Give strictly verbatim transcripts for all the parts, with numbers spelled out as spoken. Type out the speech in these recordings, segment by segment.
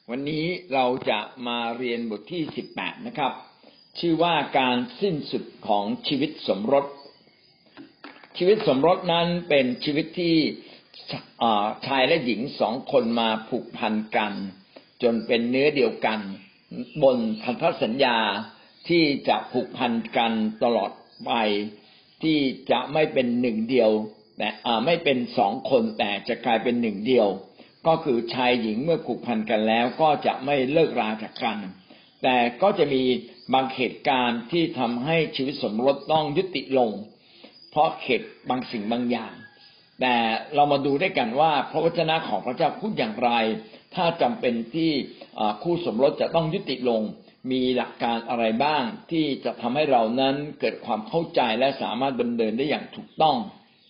วันนี้เราจะมาเรียนบทที่สิบแปดนะครับชื่อว่าการสิ้นสุดของชีวิตสมรสชีวิตสมรสนั้นเป็นชีวิตที่ชายและหญิงสองคนมาผูกพันกันจนเป็นเนื้อเดียวกันบนพันธสัญญาที่จะผูกพันกันตลอดไปที่จะไม่เป็นหนึ่งเดียวแต่ไม่เป็นสองคนแต่จะกลายเป็นหนึ่งเดียวก็คือชายหญิงเมื่อผูกพันกันแล้วก็จะไม่เลิกราจากกันแต่ก็จะมีบางเหตุการณ์ที่ทำให้ชีวิตสมรสต้องยุติลงเพราะเหตุบางสิ่งบางอย่างแต่เรามาดูด้วยกันว่าพระวจนะของพระเจ้าพูดอย่างไรถ้าจำเป็นที่คู่สมรสจะต้องยุติลงมีหลักการอะไรบ้างที่จะทำให้เรานั้นเกิดความเข้าใจและสามารถดำเนินได้อย่างถูกต้อง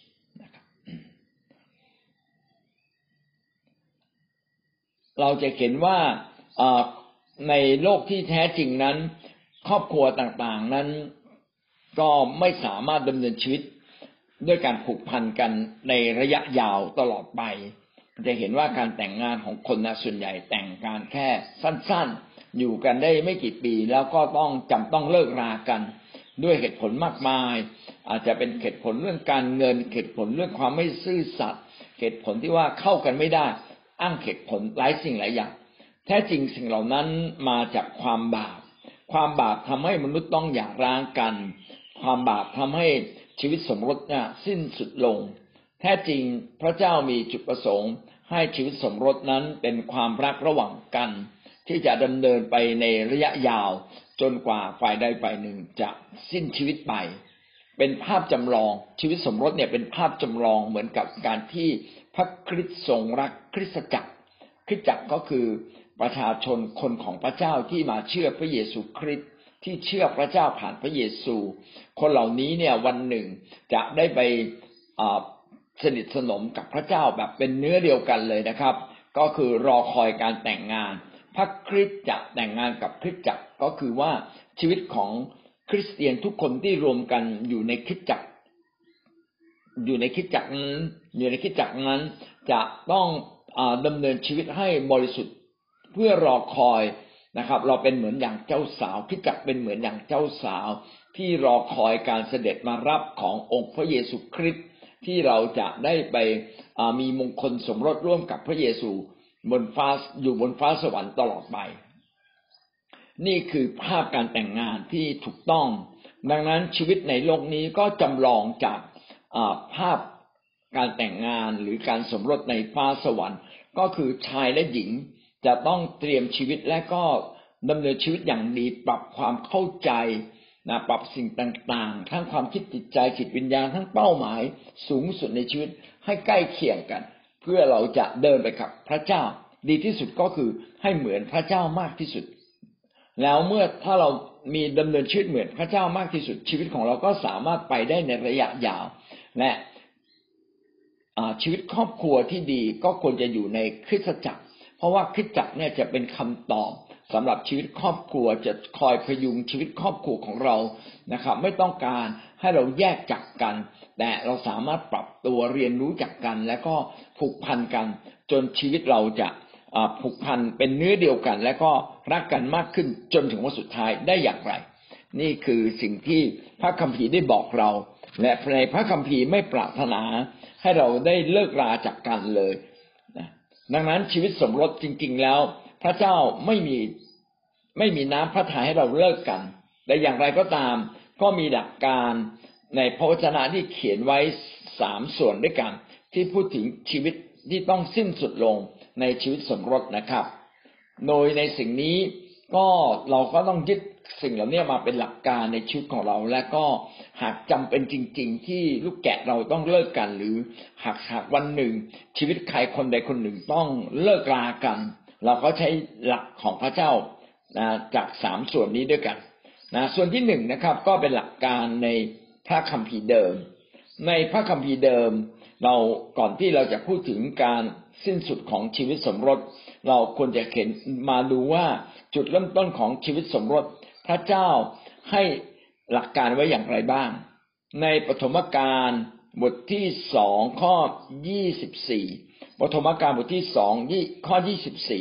เราจะเห็นว่าในโลกที่แท้จริงนั้นครอบครัวต่างๆนั้นก็ไม่สามารถดำเนินชีวิตด้วยการผูกพันกันในระยะยาวตลอดไปจะเห็นว่าการแต่งงานของคนนะส่วนใหญ่แต่งการแค่สั้นๆอยู่กันได้ไม่กี่ปีแล้วก็ต้องจำต้องเลิกรากันด้วยเหตุผลมากมายอาจจะเป็นเหตุผลเรื่องการเงินเหตุผลเรื่องความไม่ซื่อสัตย์เหตุผลที่ว่าเข้ากันไม่ได้อ้างเหตุผลหลายสิ่งหลายอย่างแท้จริงสิ่งเหล่านั้นมาจากความบาปความบาปทำให้มนุษย์ต้องหย่าร้างกันความบาปทำให้ชีวิตสมรสเนี่ยสิ้นสุดลงแท้จริงพระเจ้ามีจุดประสงค์ให้ชีวิตสมรสนั้นเป็นความรักระหว่างกันที่จะดำเนินไปในระยะยาวจนกว่าฝ่ายใดฝ่ายหนึ่งจะสิ้นชีวิตไปเป็นภาพจำลองชีวิตสมรสเนี่ยเป็นภาพจำลองเหมือนกับการที่พระคริสต์ทรงรักคริสตจักรคริสตจักรก็คือประชาชนคนของพระเจ้าที่มาเชื่อพระเยซูคริสต์ที่เชื่อพระเจ้าผ่านพระเยซูคนเหล่านี้เนี่ยวันหนึ่งจะได้ไปสนิทสนมกับพระเจ้าแบบเป็นเนื้อเดียวกันเลยนะครับก็คือรอคอยการแต่งงานพระคริสต์จะแต่งงานกับคริสตจักรก็คือว่าชีวิตของคริสเตียนทุกคนที่รวมกันอยู่ในคริสตจักรอยู่ในคริสตจักรนั้นอยู่ในคริสตจักรนั้นจะต้องดำเนินชีวิตให้บริสุทธิ์เพื่อรอคอยนะครับเราเป็นเหมือนอย่างเจ้าสาวคริสตจักรเป็นเหมือนอย่างเจ้าสาวที่รอคอยการเสด็จมารับขององค์พระเยซูคริสต์ที่เราจะได้ไปมีมงคลสมรสร่วมกับพระเยซูบนฟ้าอยู่บนฟ้าสวรรค์ตลอดไปนี่คือภาพการแต่งงานที่ถูกต้องดังนั้นชีวิตในโลกนี้ก็จำลองจากภาพการแต่งงานหรือการสมรสในฟ้าสวรรค์ก็คือชายและหญิงจะต้องเตรียมชีวิตและก็ดำเนินชีวิตอย่างดีปรับความเข้าใจนะปรับสิ่งต่างๆทั้งความคิดจิตใจจิตวิญญาณทั้งเป้าหมายสูงสุดในชีวิตให้ใกล้เคียงกันเพื่อเราจะเดินไปกับพระเจ้าดีที่สุดก็คือให้เหมือนพระเจ้ามากที่สุดแล้วเมื่อถ้าเรามีดำเนินชีวิตเหมือนพระเจ้ามากที่สุดชีวิตของเราก็สามารถไปได้ในระยะยาวและชีวิตครอบครัวที่ดีก็ควรจะอยู่ในคริสตจักรเพราะว่าคริสตจักรเนี่ยจะเป็นคำตอบสำหรับชีวิตครอบครัวจะคอยพยุงชีวิตครอบครัวของเรานะครับไม่ต้องการให้เราแยกจากกันแต่เราสามารถปรับตัวเรียนรู้จากกันและก็ผูกพันกันจนชีวิตเราจะผูกพันเป็นเนื้อเดียวกันและก็รักกันมากขึ้นจนถึงวันสุดท้ายได้อย่างไรนี่คือสิ่งที่พระคัมภีร์ได้บอกเราและในพระคัมภีร์ไม่ปรารถนาให้เราได้เลิกราจากกันเลยดังนั้นชีวิตสมรสจริงๆแล้วพระเจ้าไม่มีไม่มีน้ำพระทัยให้เราเลิกกันแต่อย่างไรก็ตามก็มีหลักการในพระวจนะที่เขียนไว้สามส่วนด้วยกันที่พูดถึงชีวิตที่ต้องสิ้นสุดลงในชีวิตสมรสนะครับโดยในสิ่งนี้ก็เราก็ต้องยึดสิ่งเหล่านี้มาเป็นหลักการในชีวิตของเราและก็หากจำเป็นจริงๆที่ลูกแกะเราต้องเลิกกันหรือหากหากวันหนึ่งชีวิตใครคนใดคนหนึ่งต้องเลิกรากันเราก็ใช้หลักของพระเจ้านะจากสามส่วนนี้ด้วยกันนะส่วนที่หนึ่งนะครับก็เป็นหลักการในพระคัมภีร์เดิมในพระคัมภีร์เดิมเราก่อนที่เราจะพูดถึงการสิ้นสุดของชีวิตสมรสเราควรจะเห็นมาดูว่าจุดเริ่มต้นของชีวิตสมรสพระเจ้าให้หลักการไว้อย่างไรบ้างในปฐมกาลบทที่สองข้อยี่สิบสี่ปฐมกาลบทที่สองข้อยี่สิบสี่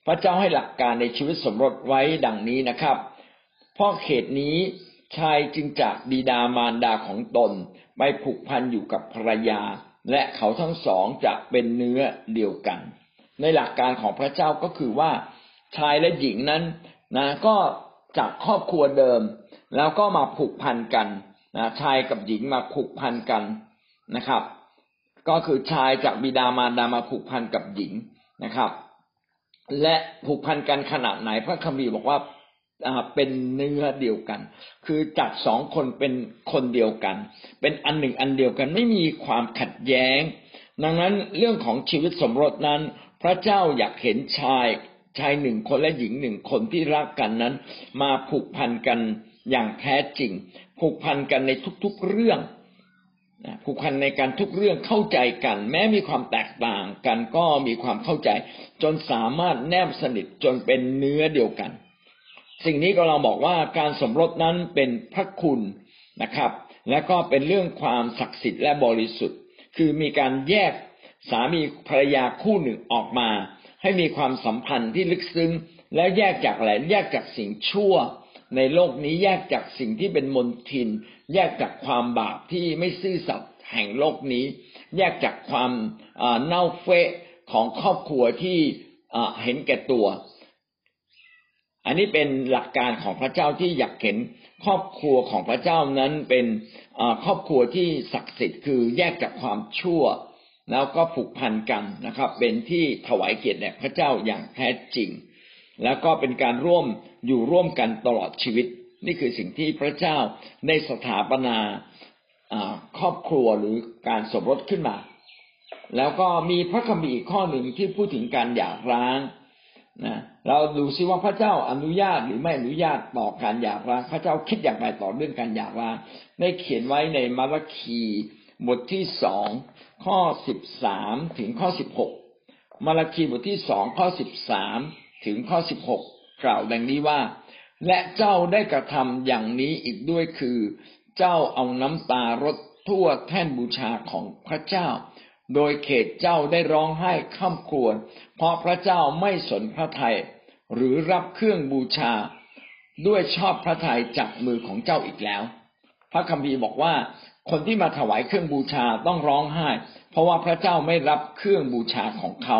พระเจ้าให้หลักการในชีวิตสมรสไว้ดังนี้นะครับเพราะเหตุนี้ชายจึงจากบิดามารดาของตนไปผูกพันอยู่กับภรรยาและเขาทั้งสองจะเป็นเนื้อเดียวกันในหลักการของพระเจ้าก็คือว่าชายและหญิงนั้นนะก็จากครอบครัวเดิมแล้วก็มาผูกพันกันนะชายกับหญิงมาผูกพันกันนะครับก็คือชายจากบิดามารดามาผูกพันกับหญิงนะครับและผูกพันกันขนาดไหนพระคัมภีร์บอกว่าเป็นเนื้อเดียวกันคือจากสองคนเป็นคนเดียวกันเป็นอันหนึ่งอันเดียวกันไม่มีความขัดแย้งดังนั้นเรื่องของชีวิตสมรสนั้นพระเจ้าอยากเห็นชายชายหนึ่งคนและหญิงหนึ่งคนที่รักกันนั้นมาผูกพันกันอย่างแท้จริงผูกพันกันในทุกๆเรื่องผูกพันในการทุกเรื่องเข้าใจกันแม้มีความแตกต่างกันก็มีความเข้าใจจนสามารถแนบสนิทจนเป็นเนื้อเดียวกันสิ่งนี้ก็เราบอกว่าการสมรสนั้นเป็นพระคุณนะครับและก็เป็นเรื่องความศักดิ์สิทธิ์และบริสุทธิ์คือมีการแยกสามีภรรยาคู่หนึ่งออกมาให้มีความสัมพันธ์ที่ลึกซึ้งและแยกจากอะไรแยกจากสิ่งชั่วในโลกนี้แยกจากสิ่งที่เป็นมลทินแยกจากความบาปที่ไม่ซื่อสัตย์แห่งโลกนี้แยกจากความเน่าเฟะของครอบครัวที่เห็นแก่ตัวอันนี้เป็นหลักการของพระเจ้าที่อยากเห็นครอบครัวของพระเจ้านั้นเป็นครอบครัวที่ศักดิ์สิทธิ์คือแยกจากความชั่วแล้วก็ผูกพันกันนะครับเป็นที่ถวายเกียรติแด่พระเจ้าอย่างแท้จริงแล้วก็เป็นการร่วมอยู่ร่วมกันตลอดชีวิตนี่คือสิ่งที่พระเจ้าได้สถาปนาครอบครัวหรือการสมรสขึ้นมาแล้วก็มีพระคัมภีร์อีกข้อหนึ่งที่พูดถึงการหย่าร้างนะเราดูซิว่าพระเจ้าอนุญาตหรือไม่อนุญาตต่อการหย่าร้างพระเจ้าคิดอย่างไรต่อเรื่องการหย่าร้างได้เขียนไว้ในมาระคีบทที่สองข้อสิบสามถึงข้อสิบหกมาระคีบทที่สองข้อสิบสามถึงข้อสิบหกกล่าวดังนี้ว่าและเจ้าได้กระทำอย่างนี้อีกด้วยคือเจ้าเอาน้ำตารดทั่วแท่นบูชาของพระเจ้าโดยเขตเจ้าได้ร้องไห้คร่ำครวญเพราะพระเจ้าไม่สนพระทัยหรือรับเครื่องบูชาด้วยชอบพระทัยจากมือของเจ้าอีกแล้วพระคัมภีร์บอกว่าคนที่มาถวายเครื่องบูชาต้องร้องไห้เพราะว่าพระเจ้าไม่รับเครื่องบูชาของเขา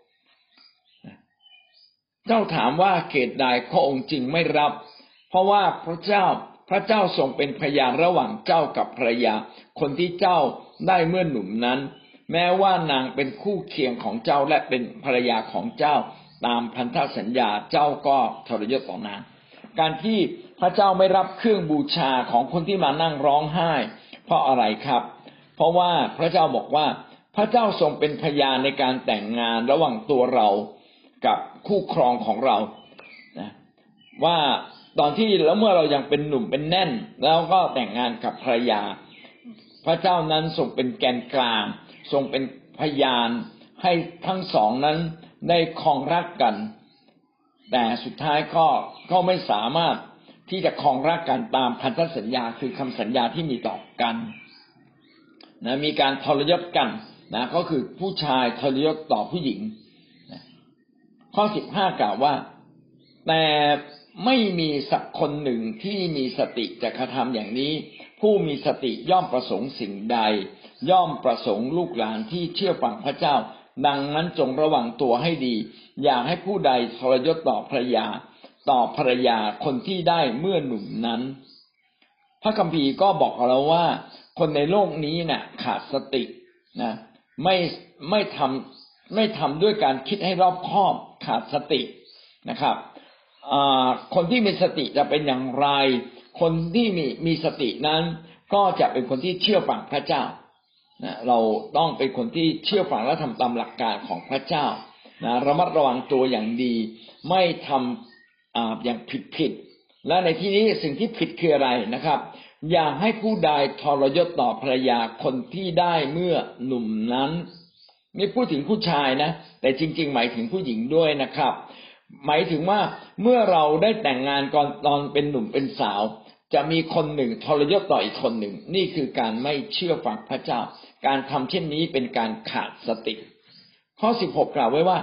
เจ้าถามว่าเขตใดพระองค์จึงไม่รับเพราะว่าพระเจ้าพระเจ้าทรงเป็นพยานระหว่างเจ้ากับภรรยาคนที่เจ้าได้เมื่อหนุ่มนั้นแม้ว่านางเป็นคู่เคียงของเจ้าและเป็นภรรยาของเจ้าตามพันธสัญญาเจ้าก็ทรยศต่อนางการที่พระเจ้าไม่รับเครื่องบูชาของคนที่มานั่งร้องไห้เพราะอะไรครับเพราะว่าพระเจ้าบอกว่าพระเจ้าทรงเป็นพยานในการแต่งงานระหว่างตัวเรากับคู่ครองของเรานะว่าตอนที่แล้วเมื่อเรายังเป็นหนุ่มเป็นแน่นแล้วก็แต่งงานกับภรรยาพระเจ้านั้นทรงเป็นแกนกลางทรงเป็นพยานให้ทั้งสองนั้นได้ครองรักกันแต่สุดท้ายก็ก็ไม่สามารถที่จะครองรักกันตามพันธสัญญาคือคำสัญญาที่มีต่อกันนะมีการทรยศกันนะก็คือผู้ชายทรยศต่อผู้หญิงนะข้อสิบห้ากล่าวว่าแต่ไม่มีสักคนหนึ่งที่มีสติจะกระทำอย่างนี้ผู้มีสติย่อมประสงค์สิ่งใดย่อมประสงค์ลูกหลานที่เชื่อฟังพระเจ้าดังนั้นจงระวังตัวให้ดีอย่าให้ผู้ใดทรยศต่อภรรยาต่อภรรยาคนที่ได้เมื่อหนุ่มนั้นพระคัมภีร์ก็บอกเราว่าคนในโลกนี้น่ะขาดสตินะไม่ไม่ทำไม่ทำด้วยการคิดให้รอบคอบขาดสตินะครับคนที่มีสติจะเป็นอย่างไรคนที่มีมีสตินั้นก็จะเป็นคนที่เชื่อฟังพระเจ้านะเราต้องเป็นคนที่เชื่อฟังและทำตามหลักการของพระเจ้านะระมัดระวังตัวอย่างดีไม่ทำอ่าอย่างผิดผิดและในที่นี้สิ่งที่ผิดคืออะไรนะครับอย่าให้ผู้ใดทรยศต่อภรรยาคนที่ได้เมื่อหนุ่มนั้นไม่พูดถึงผู้ชายนะแต่จริงๆหมายถึงผู้หญิงด้วยนะครับหมายถึงว่าเมื่อเราได้แต่งงานก่อนตอนเป็นหนุ่มเป็นสาวจะมีคนหนึ่งทรยศต่ออีกคนหนึ่งนี่คือการไม่เชื่อฟังพระเจ้าการทำเช่นนี้เป็นการขาดสติข้อสิบหกกล่าวไว้ว่า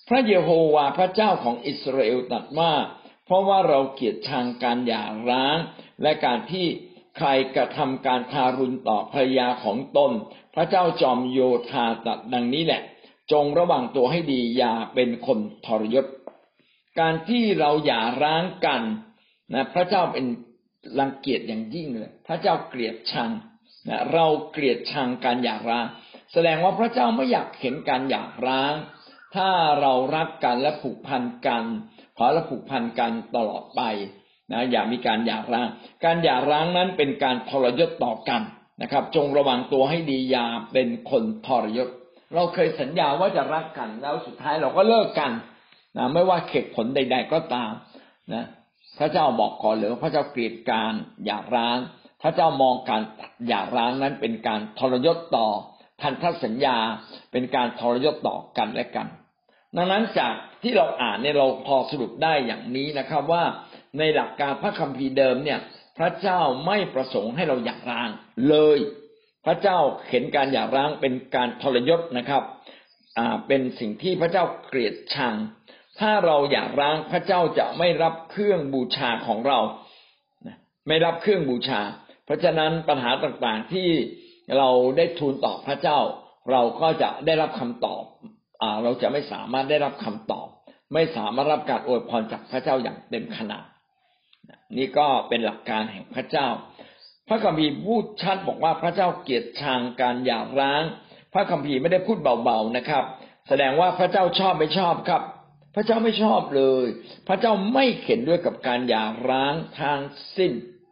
พระเยโฮวาห์พระเจ้าของอิสราเอลตรัสว่าเพราะว่าเราเกลียดชังการหย่าร้างและการที่ใครกระทำการทารุณต่อภรรยาของตนพระเจ้าจอมโยธาตรัสดังนี้แหละจงระวังตัวให้ดีอย่าเป็นคนทรยศการที่เราหย่าร้างกันนะพระเจ้าเป็นรังเกียจอย่างยิ่งเลยพระเจ้าเกลียดชังนะเราเกลียดชังการหย่าร้างแสดงว่าพระเจ้าไม่อยากเห็นการหย่าร้างถ้าเรารักกันและผูกพันกันขอเราผูกพันกันตลอดไปนะอย่ามีการหย่าร้างการหย่าร้างนั้นเป็นการทรยศต่อกันนะครับจงระวังตัวให้ดีอย่าเป็นคนทรยศเราเคยสัญญาว่าจะรักกันแล้วสุดท้ายเราก็เลิกกันนะไม่ว่าเหตุผลใดๆก็ตามนะพระเจ้าบอกก่อนเลยว่าพระเจ้าเกลียดการหย่าร้างพระเจ้ามองการหย่าร้างนั้นเป็นการทรยศต่อพันธสัญญาเป็นการทรยศต่อกันและกันดังนั้นจากที่เราอ่านเนี่ยเราพอสรุปได้อย่างนี้นะครับว่าในหลักการพระคัมภีร์เดิมเนี่ยพระเจ้าไม่ประสงค์ให้เราหย่าร้างเลยพระเจ้าเห็นการหย่าร้างเป็นการทรยศนะครับอ่าเป็นสิ่งที่พระเจ้าเกลียดชังถ้าเราหย่าร้างพระเจ้าจะไม่รับเครื่องบูชาของเราไม่รับเครื่องบูชาเพราะฉะนั้นปัญหาต่างๆที่เราได้ทูลต่อพระเจ้าเราก็จะได้รับคำตอบอ่าเราจะไม่สามารถได้รับคำตอบไม่สามารถรับการอวยพรจากพระเจ้าอย่างเต็มขนาดนี่ก็เป็นหลักการแห่งพระเจ้าพระคัมภีร์พูดชัดบอกว่าพระเจ้าเกลียดชังการหย่าร้างพระคัมภีร์ไม่ได้พูดเบาๆนะครับแสดงว่าพระเจ้าชอบไม่ชอบครับพระเจ้าไม่ชอบเลยพระเจ้าไม่เห็นด้วยกับการหย่าร้างทางสิ้น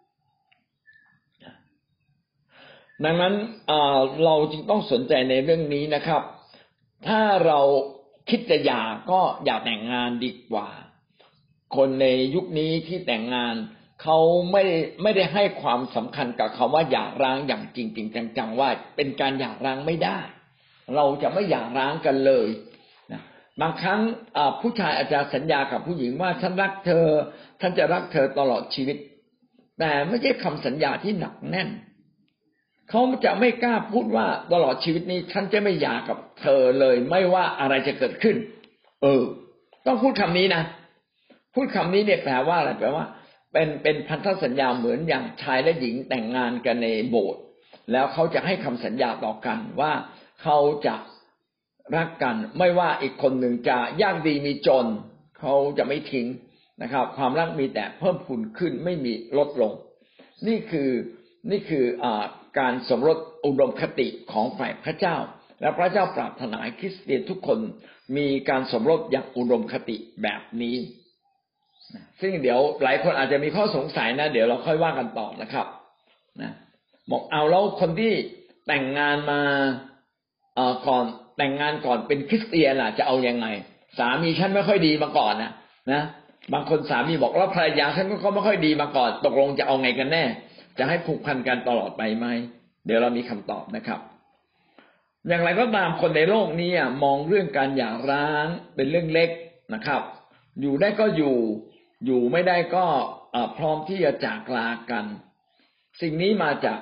ดังนั้นเราจึงต้องสนใจในเรื่องนี้นะครับถ้าเราคิดจะหย่าก็อย่าแต่งงานดีกว่าคนในยุคนี้ที่แต่งงานเขาไม่ไม่ได้ให้ความสำคัญกับคำว่าหย่าร้างอย่างจริงๆจังๆว่าเป็นการหย่าร้างไม่ได้เราจะไม่หย่าร้างกันเลยนะบางครั้งผู้ชายอาจจะสัญญากับผู้หญิงว่าฉันรักเธอฉันจะรักเธอตลอดชีวิตแต่ไม่ใช่คำสัญญาที่หนักแน่นเขาจะไม่กล้าพูดว่าตลอดชีวิตนี้ฉันจะไม่หย่ากับเธอเลยไม่ว่าอะไรจะเกิดขึ้นเออต้องพูดคำนี้นะพูดคำนี้เนี่ยแปลว่าอะไรแปลว่าเป็นเป็นพันธสัญญาเหมือนอย่างชายและหญิงแต่งงานกันในโบสถ์แล้วเขาจะให้คำสัญญาต่อกันว่าเขาจะรักกันไม่ว่าอีกคนหนึ่งจะยากดีมีจนเขาจะไม่ทิ้งนะครับความรักมีแต่เพิ่มพูนขึ้นไม่มีลดลงนี่คือนี่คืออ่าการสมรสอุดมคติของฝ่ายพระเจ้าและพระเจ้าปรารถนาให้คริสเตียนทุกคนมีการสมรสอย่างอุดมคติแบบนี้ซึ่งเดี๋ยวหลายคนอาจจะมีข้อสงสัยนะเดี๋ยวเราค่อยว่ากันต่อนะครับนะบอกเอาแล้วคนที่แต่งงานมาเอ่อก่อนแต่งงานก่อนเป็นคริสเตียนล่ะจะเอายังไงสามีฉันไม่ค่อยดีมาก่อนนะนะบางคนสามีบอกแล้วภรรยาฉันก็ไม่ค่อยดีมาก่อนตกลงจะเอาไงกันแน่จะให้ผูกพันกันตลอดไปไหมเดี๋ยวเรามีคำตอบนะครับอย่างไรก็ตามคนในโลกนี้มองเรื่องการหย่าร้างเป็นเรื่องเล็กนะครับอยู่ได้ก็อยู่อยู่ไม่ได้ก็พร้อมที่จะจากลากันสิ่งนี้มาจาก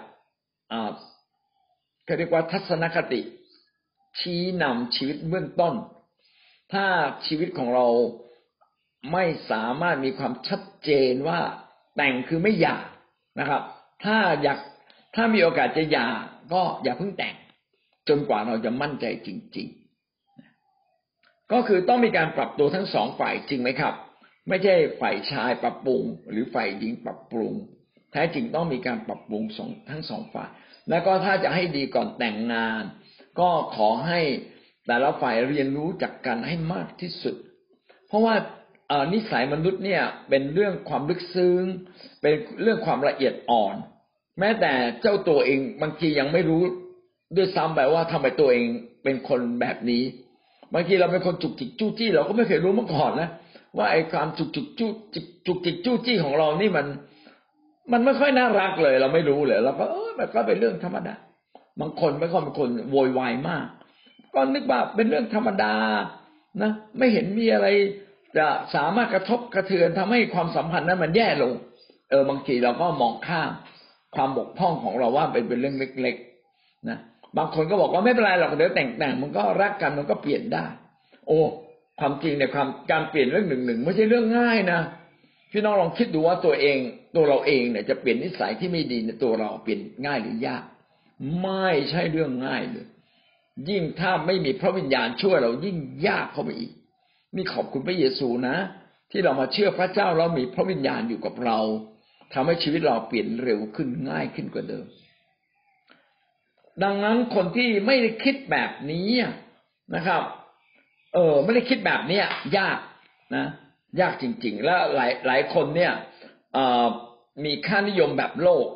เขาเรียกว่าทัศนคติชี้นำชีวิตเบื้องต้นถ้าชีวิตของเราไม่สามารถมีความชัดเจนว่าแต่งคือไม่หย่านะครับถ้าอยากถ้ามีโอกาสจะหย่าก็อย่าเพิ่งแต่งจนกว่าเราจะมั่นใจจริงๆก็คือต้องมีการปรับตัวทั้งสองฝ่ายจริงไหมครับไม่ใช่ฝ่ายชายปรับปรุงหรือฝ่ายหญิงปรับปรุงแท้จริงต้องมีการปรับปรุงทั้งสองฝ่ายแล้วก็ถ้าจะให้ดีก่อนแต่งงานก็ขอให้แต่ละฝ่ายเรียนรู้จักกันให้มากที่สุดเพราะว่านิสัยมนุษย์เนี่ยเป็นเรื่องความลึกซึ้งเป็นเรื่องความละเอียดอ่อนแม้แต่เจ้าตัวเองบางทียังไม่รู้ด้วยซ้ำไปว่าทำไมตัวเองเป็นคนแบบนี้บางทีเราเป็นคนจุกจิกจู้จี้เราก็ไม่เคยรู้มาก่อนนะว่าไอ้ความจุกจิกจู้จิกจุกจิกจู้จี้ของเรานี่มันมันไม่ค่อยน่ารักเลยเราไม่รู้เลยเราก็เออมันก็เป็นเรื่องธรรมดาบางคนไม่ค่อยเป็นคนโวยวายมากก็นึกว่าเป็นเรื่องธรรมดานะไม่เห็นมีอะไรจะสามารถกระทบกระเทือนทำให้ความสัมพันธ์นั้นมันแย่ลงเออบางทีเราก็มองข้ามความบกพร่องของเราว่าเป็นเป็นเรื่องเล็กๆนะบางคนก็บอกว่าไม่เป็นไรหรอกเดี๋ยวแต่งแต่งมันก็รักกันมันก็เปลี่ยนได้โอ้ความจริงในความการเปลี่ยนเรื่องหนึ่งหนึ่งไม่ใช่เรื่องง่ายนะพี่น้องลองคิดดูว่าตัวเองตัวเราเองเนี่ยจะเปลี่ยนนิสัยที่ไม่ดีในตัวเราเปลี่ยนง่ายหรือยากไม่ใช่เรื่องง่ายเลยยิ่งถ้าไม่มีพระวิญญาณช่วยเรายิ่งยากเข้าไปอีกนี่ขอบคุณพระเยซูนะที่เรามาเชื่อพระเจ้าแล้วมีพระวิญญาณอยู่กับเราทำให้ชีวิตเราเปลี่ยนเร็วขึ้นง่ายขึ้นกว่าเดิมดังนั้นคนที่ไม่ได้คิดแบบนี้นะครับเออไม่ได้คิดแบบนี้ยากนะยากจริงๆแล้วหลายหลายคนเนี่ยมีค่านิยมแบบโลก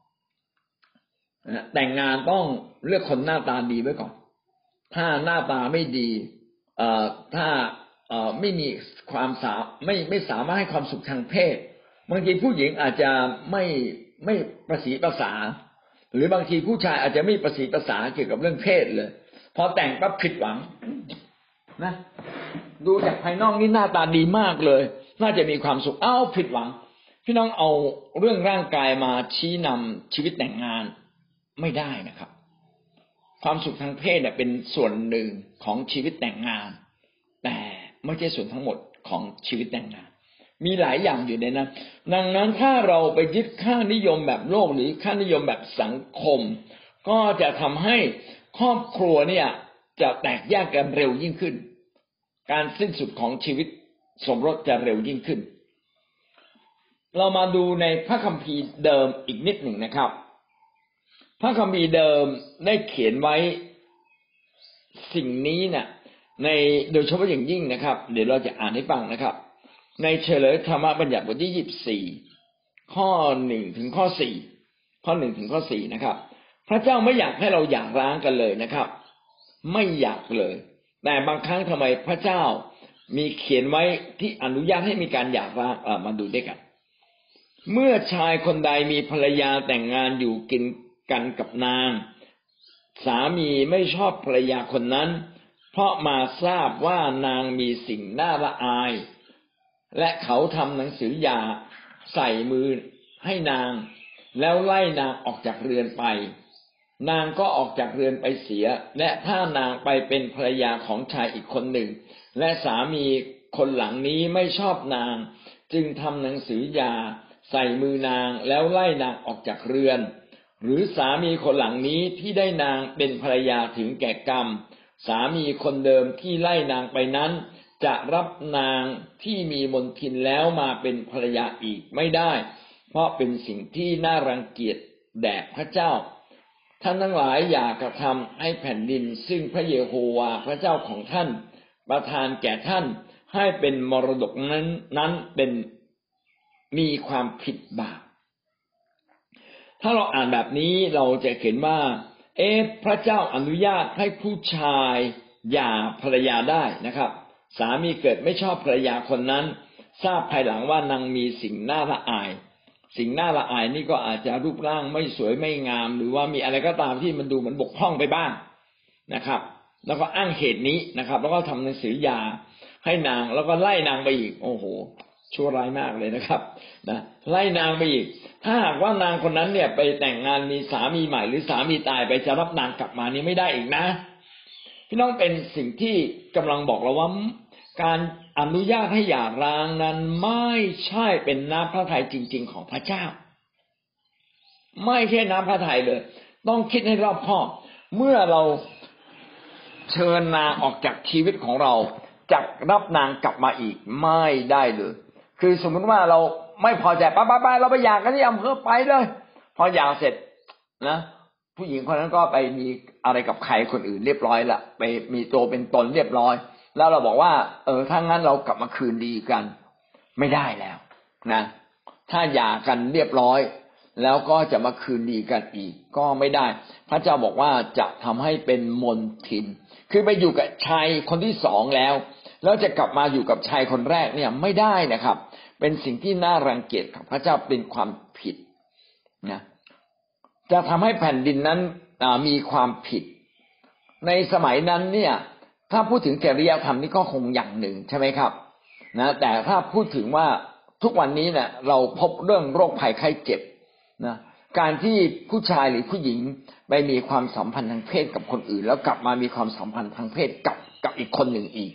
แต่งงานต้องเลือกคนหน้าตาดีไว้ก่อนถ้าหน้าตาไม่ดีถ้าไม่มีความสาไม่ไม่สามารถให้ความสุขทางเพศบางทีผู้หญิงอาจจะไม่ไม่ประสีประสาหรือบางทีผู้ชายอาจจะไม่ประสีประสาเกี่ยวกับเรื่องเพศเลยพอแต่งปั๊บผิดหวังนะดูจากภายนอกนี่หน้าตาดีมากเลยน่าจะมีความสุขเอ้าผิดหวังพี่น้องเอาเรื่องร่างกายมาชี้นำชีวิตแต่งงานไม่ได้นะครับความสุขทางเพศเนี่ยเป็นส่วนหนึ่งของชีวิตแต่งงานแต่ไม่ใช่ส่วนทั้งหมดของชีวิตแต่งงานมีหลายอย่างอยู่ในนั้นดังนั้นถ้าเราไปยึดค่านิยมแบบโลกหรือค่านิยมแบบสังคมก็จะทำให้ครอบครัวเนี่ยจะแตกแยกกันเร็วยิ่งขึ้นการสิ้นสุดของชีวิตสมรสจะเร็วยิ่งขึ้นเรามาดูในพระคัมภีร์เดิมอีกนิดหนึ่งนะครับพระคัมภีร์เดิมได้เขียนไว้สิ่งนี้เนี่ยในโดยเฉพาะอย่างยิ่งนะครับเดี๋ยวเราจะอ่านให้ฟังนะครับในเฉลยธรรมบัญญัติบทที่ยี่สิบสี่ข้อหนึ่งถึงข้อสี่ข้อหนึ่งถึงข้อสี่นะครับพระเจ้าไม่อยากให้เราหย่าร้างกันเลยนะครับไม่อยากเลยแต่บางครั้งทำไมพระเจ้ามีเขียนไว้ที่อนุญาตให้มีการหย่าร้างอ่ามาดูด้วยกันเมื่อชายคนใดมีภรรยาแต่งงานอยู่กินกันกับนางสามีไม่ชอบภรรยาคนนั้นเพราะมาทราบว่านางมีสิ่งน่าละอายและเขาทำหนังสือหย่าใส่มือให้นางแล้วไล่นางออกจากเรือนไปนางก็ออกจากเรือนไปเสียและถ้านางไปเป็นภรรยาของชายอีกคนหนึ่งและสามีคนหลังนี้ไม่ชอบนางจึงทำหนังสือหย่าใส่มือนางแล้วไล่นางออกจากเรือนหรือสามีคนหลังนี้ที่ได้นางเป็นภรรยาถึงแก่กรรมสามีคนเดิมที่ไล่นางไปนั้นจะรับนางที่มีมนทินแล้วมาเป็นภรรยาอีกไม่ได้เพราะเป็นสิ่งที่น่ารังเกียจแด่พระเจ้าท่านทั้งหลายอย่ากระทำให้แผ่นดินซึ่งพระเยโฮวาห์พระเจ้าของท่านประทานแก่ท่านให้เป็นมรดกนั้นนั้นเป็นมีความผิดบาปถ้าเราอ่านแบบนี้เราจะเห็นว่าเอ๊ะพระเจ้าอนุญาตให้ผู้ชายหย่าภรรยาได้นะครับสามีเกิดไม่ชอบภรรยาคนนั้นทราบภายหลังว่านางมีสิ่งน่าละอายสิ่งน่าละอายนี่ก็อาจจะรูปร่างไม่สวยไม่งามหรือว่ามีอะไรก็ตามที่มันดูเหมือนบกพร่องไปบ้างนะครับแล้วก็อ้างเหตุนี้นะครับแล้วก็ทำหนังสือหย่าให้นางแล้วก็ไล่นางไปอีกโอ้โหชั่วร้ายมากเลยนะครับนะไล่นางไปอีกถ้าหากว่านางคนนั้นเนี่ยไปแต่งงานมีสามีใหม่หรือสามีตายไปจะรับนางกลับมานี่ไม่ได้อีกนะพี่น้องเป็นสิ่งที่กำลังบอกเราว่าการอนุญาตให้หย่าร้างนั้นไม่ใช่เป็นน้ำพระทัยจริงๆของพระเจ้าไม่ใช่น้ำพระทัยเลยต้องคิดให้รอบคอบเมื่อเราเชิญนางออกจากชีวิตของเราจะรับนางกลับมาอีกไม่ได้เลยคือสมมติว่าเราไม่พอใจไปไปไปเราไปหย่ากันที่อำเภอไปเลยพอหย่าเสร็จนะผู้หญิงคนนั้นก็ไปมีอะไรกับใครคนอื่นเรียบร้อยละไปมีตัวเป็นตนเรียบร้อยแล้วเราบอกว่าเออถ้างั้นเรากลับมาคืนดีกันไม่ได้แล้วนะถ้าหย่ากันเรียบร้อยแล้วก็จะมาคืนดีกันอีกก็ไม่ได้พระเจ้าบอกว่าจะทำให้เป็นมลทินคือไปอยู่กับชายคนที่สองแล้วแล้วจะกลับมาอยู่กับชายคนแรกเนี่ยไม่ได้นะครับเป็นสิ่งที่น่ารังเกียจครับพระเจ้าเป็นความผิดนะจะทำให้แผ่นดินนั้นมีความผิดในสมัยนั้นเนี่ยถ้าพูดถึงจริยธรรมนี่ก็คงอย่างหนึ่งใช่ไหมครับนะแต่ถ้าพูดถึงว่าทุกวันนี้เนี่ยเราพบเรื่องโรคภัยไข้เจ็บนะการที่ผู้ชายหรือผู้หญิงไปมีความสัมพันธ์ทางเพศกับคนอื่นแล้วกลับมามีความสัมพันธ์ทางเพศกับกับอีกคนหนึ่งอีก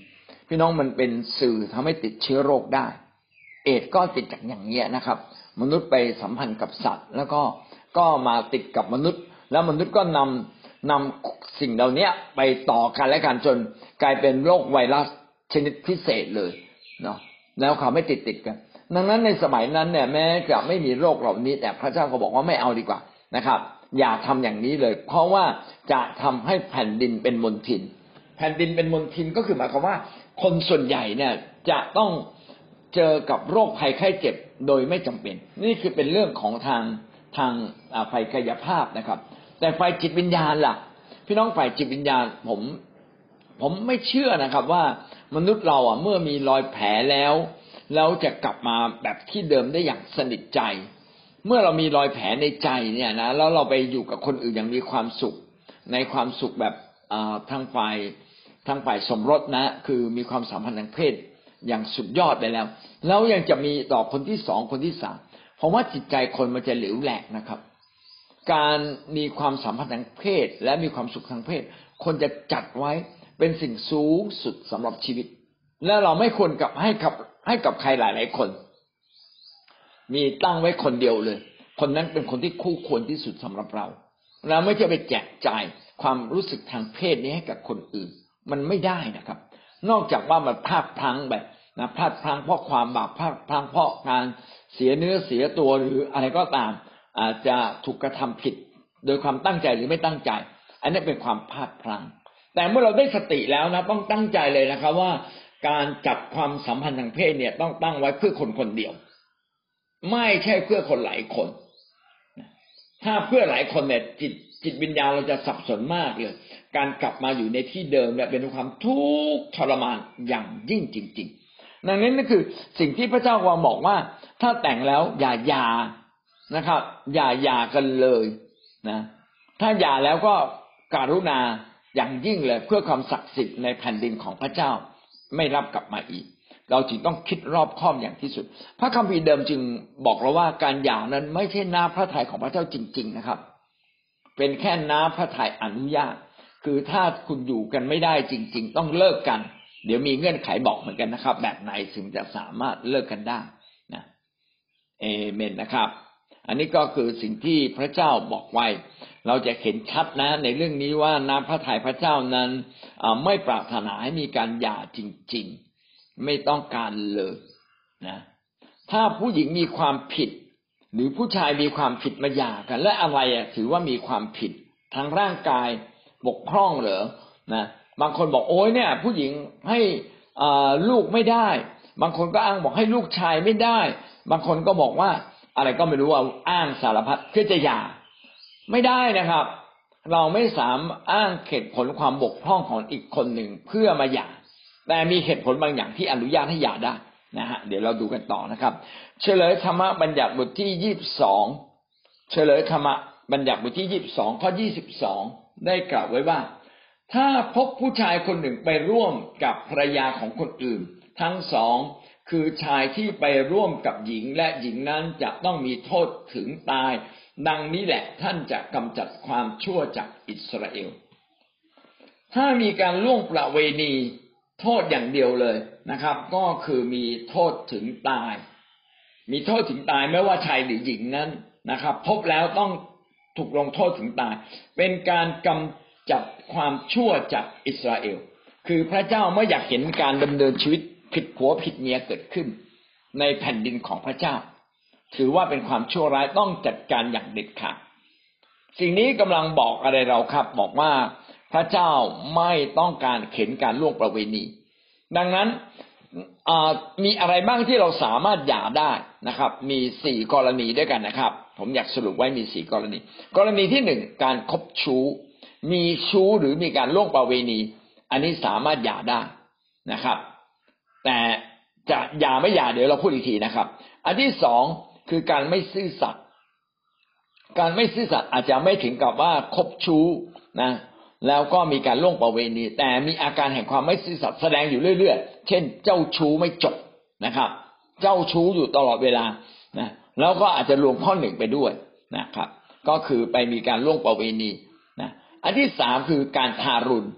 พี่น้องมันเป็นสื่อทำให้ติดเชื้อโรคได้เอดส์ก็ติดจากอย่างนี้นะครับมนุษย์ไปสัมพันธ์กับสัตว์แล้วก็ก็มาติดกับมนุษย์แล้วมนุษย์ก็นำนำสิ่งเหล่านี้ไปต่อกันและกันจนกลายเป็นโรคไวรัสชนิดพิเศษเลยเนาะแล้วเขาไม่ติดติดกันดังนั้นในสมัยนั้นเนี่ยแม้จะไม่มีโรคเหล่านี้แต่พระเจ้าก็บอกว่าไม่เอาดีกว่านะครับอย่าทำอย่างนี้เลยเพราะว่าจะทำให้แผ่นดินเป็นมลทินแผ่นดินเป็นมลทินก็คือหมายความว่าคนส่วนใหญ่เนี่ยจะต้องเจอกับโรคภัยไข้เจ็บโดยไม่จำเป็นนี่คือเป็นเรื่องของทางทางฝ่ายกายภาพนะครับแต่ฝ่ายจิตวิญญาณล่ะพี่น้องฝ่ายจิตวิญญาณผมผมไม่เชื่อนะครับว่ามนุษย์เราอ่ะเมื่อมีรอยแผลแล้วแล้วจะกลับมาแบบที่เดิมได้อย่างสนิทใจเมื่อเรามีรอยแผลในใจเนี่ยนะแล้วเราไปอยู่กับคนอื่นอย่างมีความสุขในความสุขแบบทางฝ่ายทางฝ่ายสมรสนะคือมีความสัมพันธ์ทางเพศอย่างสุดยอดไปแล้วแล้วยังจะมีต่อคนที่สองคนที่สามเพราะว่าจิตใจคนมันจะเหลวแหลกนะครับการมีความสัมพันธ์ทางเพศและมีความสุขทางเพศคนจะจัดไว้เป็นสิ่งสูงสุดสำหรับชีวิตและเราไม่ควรกับให้กับให้กับใครหลายๆคนมีตั้งไว้คนเดียวเลยคนนั้นเป็นคนที่คู่ควรที่สุดสำหรับเราเราไม่จะไปแจกจ่ายความรู้สึกทางเพศนี้ให้กับคนอื่นมันไม่ได้นะครับนอกจากว่ามันพลาดพลั้งแบบนะพลาดพลั้งเพราะความบาปพลาดพลั้งเพราะการเสียเนื้อเสียตัวหรืออะไรก็ตามอาจจะถูกกระทำผิดโดยความตั้งใจหรือไม่ตั้งใจอันนี้เป็นความพลาดพลั้งแต่เมื่อเราได้สติแล้วนะต้องตั้งใจเลยนะครับว่าการจัดความสัมพันธ์ทางเพศเนี่ยต้องตั้งไว้เพื่อคนคนเดียวไม่ใช่เพื่อคนหลายคนถ้าเพื่อหลายคนเนี่ยจิตจิตวิญญาณเราจะสับสนมากเลยการกลับมาอยู่ในที่เดิมเนี่ยเป็นความทุกข์ทรมานอย่างยิ่งจริงๆดังนั้นนั่นคือสิ่งที่พระเจ้าวางบอกว่าถ้าแต่งแล้วอย่าหย่านะครับอย่าหย่ากันเลยนะถ้าหย่าแล้วก็กรุณาอย่างยิ่งเลยเพื่อความศักดิ์สิทธิ์ในแผ่นดินของพระเจ้าไม่รับกลับมาอีกเราจึงต้องคิดรอบคอบอย่างที่สุดพระคัมภีร์เดิมจึงบอกเราว่าการหย่านั้นไม่ใช่น้ำพระทัยของพระเจ้าจริงๆนะครับเป็นแค่น้ำพระทัยอนุญาตคือถ้าคุณอยู่กันไม่ได้จริงๆต้องเลิกกันเดี๋ยวมีเงื่อนไขบอกเหมือนกันนะครับแบบไหนถึงจะสามารถเลิกกันได้นะเอเมนนะครับอันนี้ก็คือสิ่งที่พระเจ้าบอกไว้เราจะเห็นชัดนะในเรื่องนี้ว่าน้ำพระทัยพระเจ้านั้นไม่ปรารถนาให้มีการหย่าจริงๆไม่ต้องการเลยนะถ้าผู้หญิงมีความผิดหรือผู้ชายมีความผิดมาหย่ากันและอะไรอ่ะถือว่ามีความผิดทางร่างกายบกพร่องเหรอนะบางคนบอกโอ้ยเนี่ยผู้หญิงให้ลูกไม่ได้บางคนก็อ้างบอกให้ลูกชายไม่ได้บางคนก็บอกว่าอะไรก็ไม่รู้ว่าอ้างสารพัดเพื่อจะหย่าไม่ได้นะครับเราไม่สามารถอ้างเหตุผลความบกพร่องของอีกคนหนึ่งเพื่อมาหย่าแต่มีเหตุผลบางอย่างที่อนุญาตให้หย่าได้นะฮะเดี๋ยวเราดูกันต่อนะครับเฉลยธรรมบัญญัติบทที่ยี่สิบสองเฉลยธรรมบัญญัติบทที่ยี่สิบสองข้อยี่สิบสองได้กล่าวไว้ว่าถ้าพบผู้ชายคนหนึ่งไปร่วมกับภรรยาของคนอื่นทั้งสองคือชายที่ไปร่วมกับหญิงและหญิงนั้นจะต้องมีโทษถึงตายดังนี้แหละท่านจะกำจัดความชั่วจากอิสราเอลถ้ามีการล่วงประเวณีโทษอย่างเดียวเลยนะครับก็คือมีโทษถึงตายมีโทษถึงตายไม่ว่าชายหรือหญิงนั้นนะครับพบแล้วต้องถูกลงโทษถึงตายเป็นการกำจัดความชั่วจากอิสราเอลคือพระเจ้าไม่อยากเห็นการดำเนินชีวิตผิดผัวผิดเมียเกิดขึ้นในแผ่นดินของพระเจ้าถือว่าเป็นความชั่วร้ายต้องจัดการอย่างเด็ดขาดสิ่งนี้กำลังบอกอะไรเราครับบอกว่าพระเจ้าไม่ต้องการเห็นการล่วงประเวณีดังนั้นมีอะไรบ้างที่เราสามารถหย่าได้นะครับมีสี่กรณีด้วยกันนะครับผมอยากสรุปไว้มีสี่กรณีกรณีที่หนึ่งการคบชู้มีชู้หรือมีการล่วงประเวณีอันนี้สามารถหย่าได้นะครับแต่จะหย่าไม่หย่าเดี๋ยวเราพูดอีกทีนะครับอันที่สองคือการไม่ซื่อสัตย์การไม่ซื่อสัตย์อาจจะไม่ถึงกับว่าคบชู้นะแล้วก็มีการล่วงประเวณีแต่มีอาการแห่งความไม่ซื่อสัตย์แสดงอยู่เรื่อยๆเช่นเจ้าชู้ไม่จบนะครับเจ้าชู้อยู่ตลอดเวลานะแล้วก็อาจจะรวมข้อหนึ่งไปด้วยนะครับก็คือไปมีการล่วงประเวณีนะอันที่สามคือการทารุณ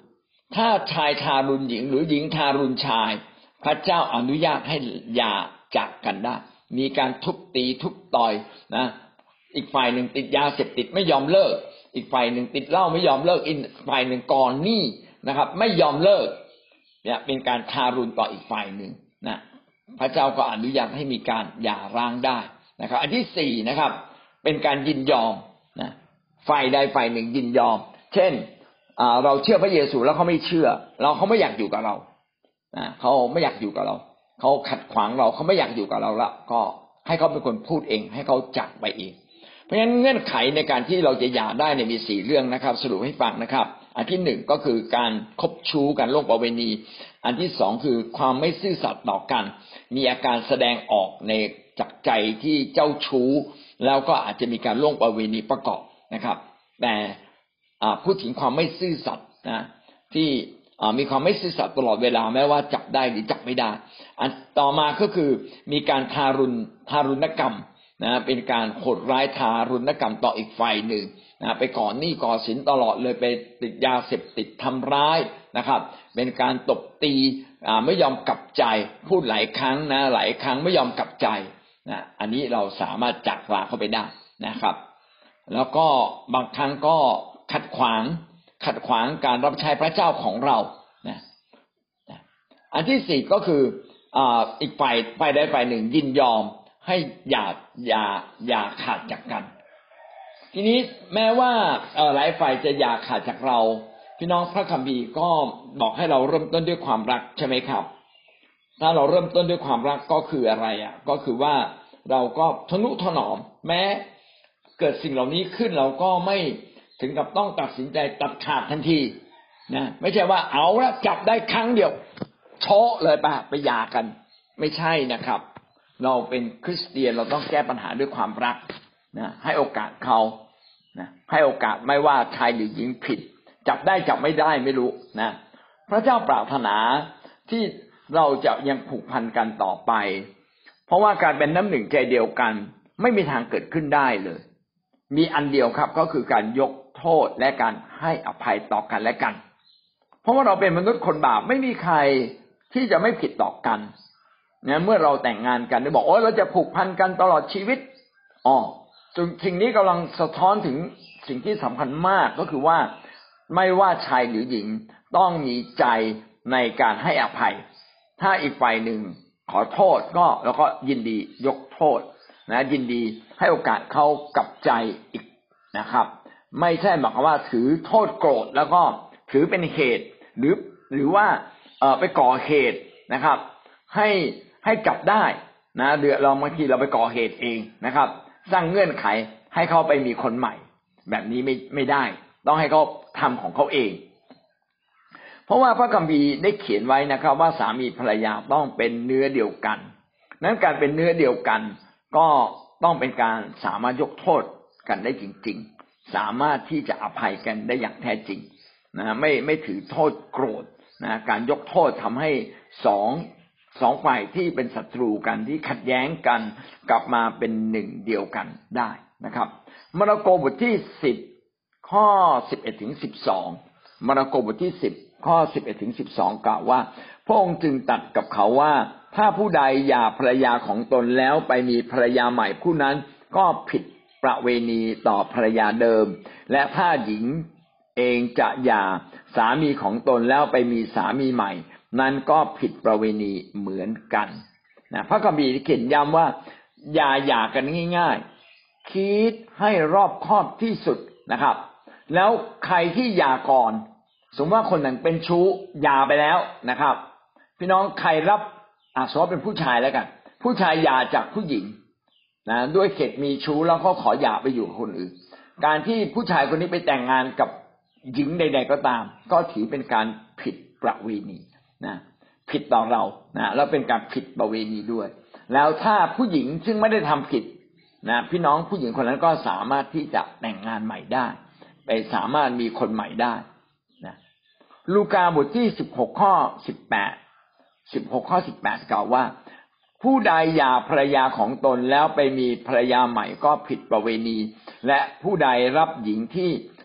ถ้าชายทารุณหญิงหรือหญิงทารุณชายพระเจ้าอนุญาตให้หย่าจากกันได้มีการทุบตีทุบต่อยนะอีกฝ่ายหนึ่งติดยาเสพติดไม่ยอมเลิกอีกฝ่ายหนึ่งติดเหล้าไม่ยอมเลิกอีกฝ่ายหนึ่งก่อนหนี้นะครับไม่ยอมเลิกเนี่ยเป็นการทารุณต่ออีกฝ่ายหนึ่งนะพระเจ้าก็อนุญาตให้มีการหย่าร้างได้นะครับอันที่สี่นะครับเป็นการยินยอมนะฝ่ายใดฝ่ายหนึ่งยินยอมเช่นเราเชื่อพระเยซูแล้วเขาไม่เชื่อเราเขาไม่อยากอยู่กับเราเขาไม่อยากอยู่กับเราเขาขัดขวางเราเขาไม่อยากอยู่กับเราละก็ให้เขาเป็นคนพูดเองให้เขาจากไปเองเพราะฉะนั้นเงื่อนไขในการที่เราจะหย่าได้เนี่ยมีสี่เรื่องนะครับสรุปให้ฟังนะครับอันที่หนึ่งก็คือการคบชู้กันล่วงประเวณีอันที่สองคือความไม่ซื่อสัตย์ต่อกันมีอาการแสดงออกในจากใจที่เจ้าชู้แล้วก็อาจจะมีการล่วงประเวณีประกอบนะครับแต่พูดถึงความไม่ซื่อสัตย์นะที่มีความไม่ซื่อสัตย์ตลอดเวลาแม้ว่าจับได้หรือจับไม่ได้อันต่อมาก็คือมีการทารุณทารุณกรรมนะเป็นการโหดร้ายทารุณกรรมต่ออีกฝ่ายหนึ่งนะไปก่อหนี้ก่อสินตลอดเลยไปติดยาเสพติดทำร้ายนะครับเป็นการตบตีไม่ยอมกลับใจพูดหลายครั้งนะหลายครั้งไม่ยอมกลับใจนะอันนี้เราสามารถจักลาเข้าไปได้นะครับแล้วก็บางครั้งก็ขัดขวางขัดขวางการรับใช้พระเจ้าของเรานะอันที่สี่ก็คืออีกฝ่ายฝ่ายใดฝ่ายหนึ่งยินยอมให้อย่าอย่าอย่าขาดจากกันทีนี้แม้ว่าหลายฝ่ายจะอย่าขาดจากเราพี่น้องพระคัมภีร์ก็บอกให้เราเริ่มต้นด้วยความรักใช่ไหมครับถ้าเราเริ่มต้นด้วยความรักก็คืออะไรอ่ะก็คือว่าเราก็ทนุถนอมแม้เกิดสิ่งเหล่านี้ขึ้นเราก็ไม่ถึงกับต้องตัดสินใจตัดขาดทันทีนะไม่ใช่ว่าเอาละจับได้ครั้งเดียวโชะเลยป่ะไปหย่ากันไม่ใช่นะครับเราเป็นคริสเตียนเราต้องแก้ปัญหาด้วยความรักนะให้โอกาสเขานะให้โอกาสไม่ว่าชายหรือหญิงผิดจับได้จับไม่ได้ไม่รู้นะพระเจ้าปรารถนาที่เราจะยังผูกพันกันต่อไปเพราะว่าการเป็นน้ำหนึ่งใจเดียวกันไม่มีทางเกิดขึ้นได้เลยมีอันเดียวครับก็คือการยกโทษและการให้อภัยต่อกันและกันเพราะว่าเราเป็นมนุษย์คนบาปไม่มีใครที่จะไม่ผิดต่อกันนะเมื่อเราแต่งงานกันได้บอกโอ้เราจะผูกพันกันตลอดชีวิตอ๋อสิ่งนี้กำลังสะท้อนถึงสิ่งที่สำคัญมากก็คือว่าไม่ว่าชายหรือหญิงต้องมีใจในการให้อภัยถ้าอีกฝ่ายหนึ่งขอโทษก็แล้วก็ยินดียกโทษนะยินดีให้โอกาสเขากลับใจอีกนะครับไม่ใช่หมายความว่าถือโทษโกรธแล้วก็ถือเป็นเหตุหรือหรือว่าเอ่อไปก่อเหตุนะครับให้ให้จับได้นะเดี๋ยวเราบางทีเราไปก่อเหตุเองนะครับสร้างเงื่อนไขให้เขาไปมีคนใหม่แบบนี้ไม่ไม่ได้ต้องให้เขาทำของเขาเองเพราะว่าพระคัมภีร์ได้เขียนไว้นะครับว่าสามีภรรยาต้องเป็นเนื้อเดียวกันนั้นการเป็นเนื้อเดียวกันก็ต้องเป็นการสามารถยกโทษกันได้จริงๆสามารถที่จะอภัยกันได้อย่างแท้จริงนะไม่ไม่ถือโทษโกรธนะการยกโทษทำให้สองสองฝ่ายที่เป็นศัตรูกันที่ขัดแย้งกันกลับมาเป็นหนึ่งเดียวกันได้นะครับมาระโกบทที่สิบข้อสิบเอ็ดถึงสิบสองมาระโกบทที่สิบข้อสิบเอ็ดถึงสิบสองกล่าวว่าพระองค์จึงตรัสกับเขาว่าถ้าผู้ใดหย่าภรรยาของตนแล้วไปมีภรรยาใหม่ผู้นั้นก็ผิดประเวณีต่อภรรยาเดิมและถ้าหญิงเองจะหย่าสามีของตนแล้วไปมีสามีใหม่นั้นก็ผิดประเวณีเหมือนกันนะพระคัมภีร์เขียนย้ำว่าอย่าหย่ากันง่ายๆคิดให้รอบคอบที่สุดนะครับแล้วใครที่หย่าก่อนสมมติว่าคนหนึ่งเป็นชู้หย่าไปแล้วนะครับพี่น้องใครรับอ่ะสมมติเป็นผู้ชายแล้วกันผู้ชายหย่าจากผู้หญิงนะด้วยเหตุมีชู้แล้วเขาขอหย่าไปอยู่กับคนอื่นการที่ผู้ชายคนนี้ไปแต่งงานกับหญิงใดๆก็ตามก็ถือเป็นการผิดประเวณีนะผิดต่อเรานะแล้วเป็นการผิดประเวณีด้วยแล้วถ้าผู้หญิงซึ่งไม่ได้ทำผิดนะพี่น้องผู้หญิงคนนั้นก็สามารถที่จะแต่งงานใหม่ได้ไปสามารถมีคนใหม่ได้นะลูกาบทที่สิบหกข้อสิบแปด สิบหกข้อสิบแปดกล่าวว่าผู้ใดหย่าภรรยาของตนแล้วไปมีภรรยาใหม่ก็ผิดประเวณีและผู้ใดรับหญิงที่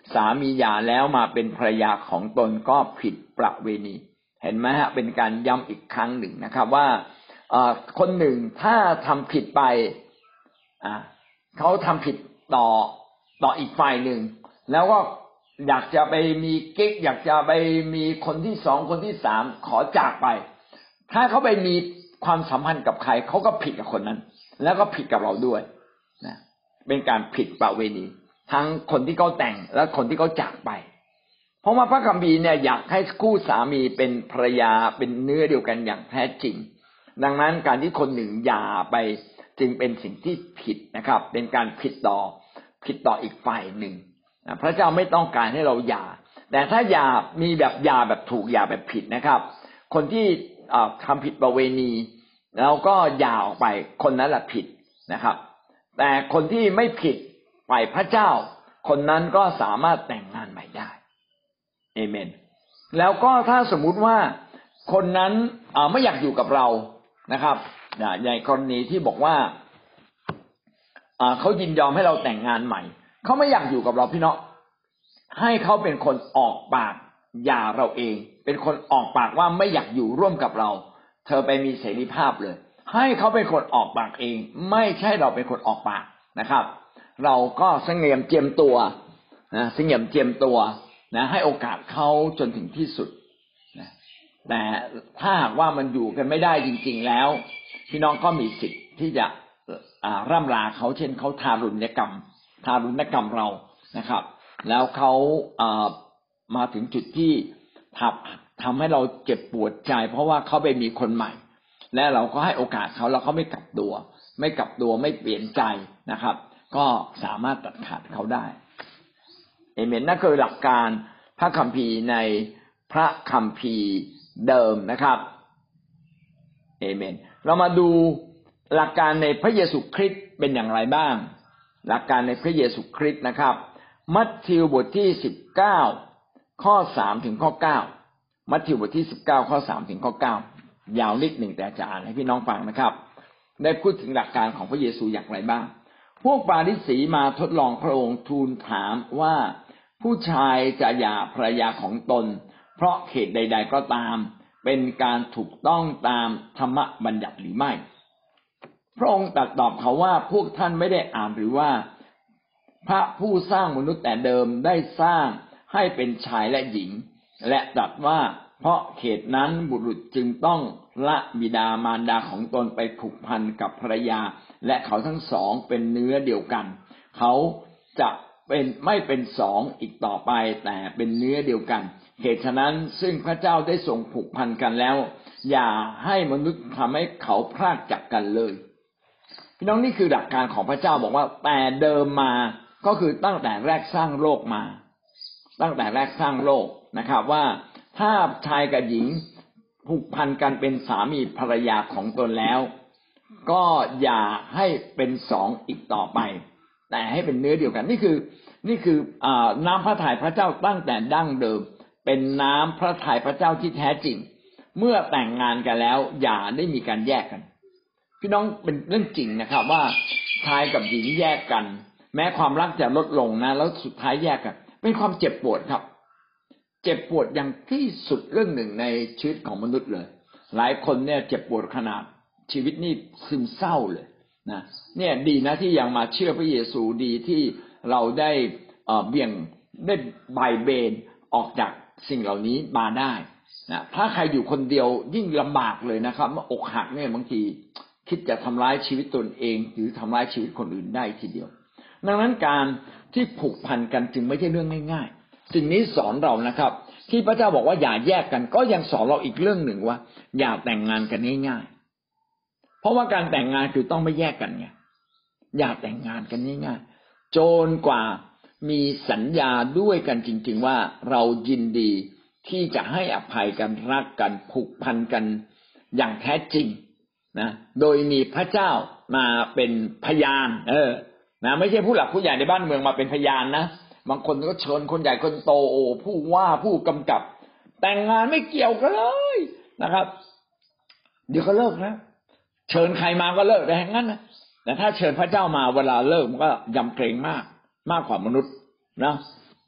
สามีหย่าแล้วมาเป็นภรรยาของตนก็ผิดประเวณีเห็นไหมฮะเป็นการย้ำอีกครั้งหนึ่งนะครับว่าคนหนึ่งถ้าทำผิดไปเขาทำผิดต่อต่ออีกฝ่ายหนึ่งแล้วก็อยากจะไปมีกิ๊กอยากจะไปมีคนที่สองคนที่สามขอจากไปถ้าเขาไปมีความสัมพันธ์กับใครเขาก็ผิดกับคนนั้นแล้วก็ผิดกับเราด้วยนะเป็นการผิดประเวณีทั้งคนที่เขาแต่งและคนที่เขาจากไปเพราะว่าพระคัมภีร์เนี่ยอยากให้คู่สามีเป็นภรรยาเป็นเนื้อเดียวกันอย่างแท้จริงดังนั้นการที่คนหนึ่งหย่าไปจึงเป็นสิ่งที่ผิดนะครับเป็นการผิดต่อผิดต่ออีกฝ่ายหนึ่งนะพระเจ้าไม่ต้องการให้เราหย่าแต่ถ้าหย่ามีแบบหย่าแบบถูกหย่าแบบผิดนะครับคนที่ทำผิดประเวณีแล้วก็หย่าออกไปคนนั้นแหละผิดนะครับแต่คนที่ไม่ผิดฝ่ายพระเจ้าคนนั้นก็สามารถแต่งงานใหม่ได้เอเมนแล้วก็ถ้าสมมุติว่าคนนั้นไม่อยากอยู่กับเรานะครับในกรณีที่บอกว่าเขายินยอมให้เราแต่งงานใหม่เขาไม่อยากอยู่กับเราพี่น้องให้เขาเป็นคนออกปากหย่าเราเองเป็นคนออกปากว่าไม่อยากอยู่ร่วมกับเราเธอไปมีเสรีภาพเลยให้เขาเป็นคนออกปากเองไม่ใช่เราเป็นคนออกปากนะครับเราก็เสงี่ยมเจียมตัวนะเสงี่ยมเจียมตัวนะให้โอกาสเขาจนถึงที่สุดนะแต่ถ้าหากว่ามันอยู่กันไม่ได้จริงๆแล้วพี่น้องก็มีสิทธิ์ที่จะร่ำลาเขาเช่นเขาทารุณกรรมทารุณกรรมเรานะครับแล้วเขามาถึงจุดที่ทำทำให้เราเจ็บปวดใจเพราะว่าเขาไปมีคนใหม่และเราก็ให้โอกาสเขาแล้วเขาไม่กลับตัวไม่กลับตัวไม่เปลี่ยนใจนะครับก็สามารถตัดขาดเขาได้เอเมนนั่นคือหลักการพระคัมภีร์ในพระคัมภีร์เดิมนะครับเอเมนเรามาดูหลักการในพระเยซูคริสต์เป็นอย่างไรบ้างหลักการในพระเยซูคริสต์นะครับมัทธิวบทที่สิบเก้าข้อสามถึงข้อเก้ามัทธิวบทที่สิบเก้าข้อสามถึงข้อเก้ายาวนิดหนึ่งแต่จะอ่านให้พี่น้องฟังนะครับได้พูดถึงหลักการของพระเยซูอย่างไรบ้างพวกฟาริสีมาทดลองพระองค์ทูลถามว่าผู้ชายจะหย่าภรรยาของตนเพราะเหตุใดๆก็ตามเป็นการถูกต้องตามธรรมบัญญัติหรือไม่พระองค์ตรัสตอบเขาว่าพวกท่านไม่ได้อ่านหรือว่าพระผู้สร้างมนุษย์แต่เดิมได้สร้างให้เป็นชายและหญิงและตรัสว่าเพราะเหตุนั้นบุรุษจึงต้องละบิดามารดาของตนไปผูกพันกับภรรยาและเขาทั้งสองเป็นเนื้อเดียวกันเขาจะเป็นไม่เป็นสองอีกต่อไปแต่เป็นเนื้อเดียวกันเหตุฉะนั้นซึ่งพระเจ้าได้ทรงผูกพันกันแล้วอย่าให้มนุษย์ทำให้เขาพรากจากกันเลยพี่น้องนี่คือหลักการของพระเจ้าบอกว่าแต่เดิมมาก็คือตั้งแต่แรกสร้างโลกมาตั้งแต่แรกสร้างโลกนะครับว่าถ้าชายกับหญิงผูกพันกันเป็นสามีภรรยาของตนแล้วก็อย่าให้เป็นสองอีกต่อไปแต่ให้เป็นเนื้อเดียวกันนี่คือนี่คืออ่าน้ำพระทัยพระเจ้าตั้งแต่ดั้งเดิมเป็นน้ำพระทัยพระเจ้าที่แท้จริงเมื่อแต่งงานกันแล้วอย่าได้มีการแยกกันพี่น้องเป็นเรื่องจริงนะครับว่าชายกับหญิงแยกกันแม้ความรักจะลดลงนะแล้วสุดท้ายแยกกันเป็นความเจ็บปวดครับเจ็บปวดอย่างที่สุดเรื่องหนึ่งในชีวิตของมนุษย์เลยหลายคนเนี่ยเจ็บปวดขนาดชีวิตนี่ซึมเศร้าเลยนะเนี่ยดีนะที่ยังมาเชื่อพระเยซูดีที่เราได้เบี่ยงได้บ่ายเบนออกจากสิ่งเหล่านี้มาได้นะถ้าใครอยู่คนเดียวยิ่งลำบากเลยนะครับเมื่ออกหักเนี่ยบางทีคิดจะทำร้ายชีวิตตนเองหรือทำร้ายชีวิตคนอื่นได้ทีเดียวดังนั้นการที่ผูกพันกันจึงไม่ใช่เรื่องง่ายๆสิ่งนี้สอนเรานะครับที่พระเจ้าบอกว่าอย่าแยกกันก็ยังสอนเราอีกเรื่องหนึ่งว่าอย่าแต่งงานกันง่ายๆเพราะว่าการแต่งงานคือต้องไม่แยกกันไงอย่าแต่งงานกันง่ายๆจนกว่ามีสัญญาด้วยกันจริงๆว่าเรายินดีที่จะให้อภัยกันรักกันผูกพันกันอย่างแท้จริงนะโดยมีพระเจ้ามาเป็นพยานเออนะไม่ใช่ผู้หลักผู้ใหญ่ในบ้านเมืองมาเป็นพยานนะบางคนก็เชิญคนใหญ่คนโตโอ้ผู้ว่าผู้กำกับแต่งงานไม่เกี่ยวกันเลยนะครับเดี๋ยวก็เลิกนะเชิญใครมาก็เลิกได้งั้นนะแต่ถ้าเชิญพระเจ้ามาเวลาเลิกมันก็ยำเกรงมากมากกว่ามนุษย์นะ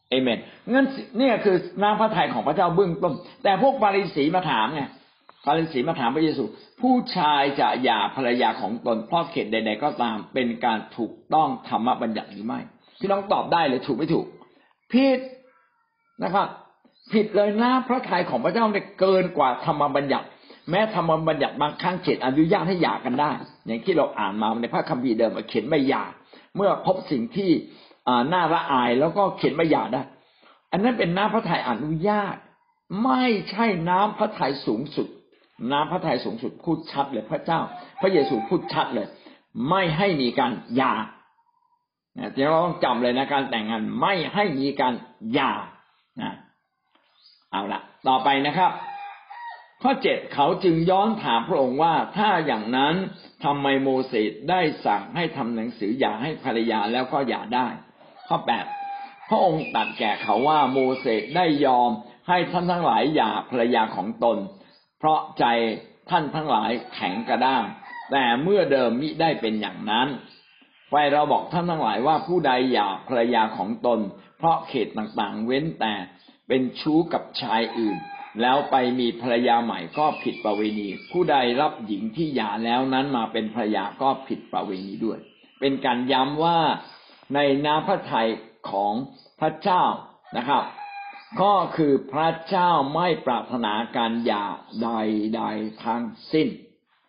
เอเมนงั้นนี่คือน้ำพระทัยของพระเจ้าเบื้องต้นแต่พวกฟาริสีมาถามไงฟาริสีมาถามพระเยซูผู้ชายจะหย่าภรรยาของตนเพราะเหตุใดๆก็ตามเป็นการถูกต้องธรรมบัญญัติหรือไม่พี่น้องตอบได้เลยถูกไม่ถูกผิดนะครับผิดเลยนะพระทัยของพระเจ้าเนี่ยเกินกว่าธรรมบัญญัติแม้ธรรมบัญญัติบางครั้งเขียนอนุญาตให้หย่ากันได้อย่างที่เราอ่านมาในพระคัมภีร์เดิมเขียนไม่หย่าเมื่อพบสิ่งที่น่าละอายแล้วก็เขียนไม่หย่าได้อันนั้นเป็นน้ำพระทัยอนุญาตไม่ใช่น้ำพระทัยสูงสุดน้ำพระทัยสูงสุดพูดชัดเลยพระเจ้าพระเยซูพูดชัดเลยไม่ให้มีการหย่านะที่เราต้องจำเลยนะการแต่งงานไม่ให้มีการหย่านะเอาละต่อไปนะครับข้อเจ็ดเขาจึงย้อนถามพระองค์ว่าถ้าอย่างนั้นทำไมโมเสสได้สั่งให้ทำหนังสือหย่าให้ภรรยาแล้วก็หย่าได้ข้อแปดพระองค์ตรัสแก่เขาว่าโมเสสได้ยอมให้ท่านทั้งหลายหย่าภรรยาของตนเพราะใจท่านทั้งหลายแข็งกระด้างแต่เมื่อเดิมมิได้เป็นอย่างนั้นไฟเราบอกท่านทั้งหลายว่าผู้ใดหย่าภรรยาของตนเพราะเขตต่างๆเว้นแต่เป็นชู้กับชายอื่นแล้วไปมีภรรยาใหม่ก็ผิดประเวณีผู้ใดรับหญิงที่หย่าแล้วนั้นมาเป็นภรรยาก็ผิดประเวณีด้วยเป็นการย้ำว่าในน้ำพระทัยของพระเจ้านะครับก็คือพระเจ้าไม่ปรารถนาการหย่าใดๆทั้งสิ้น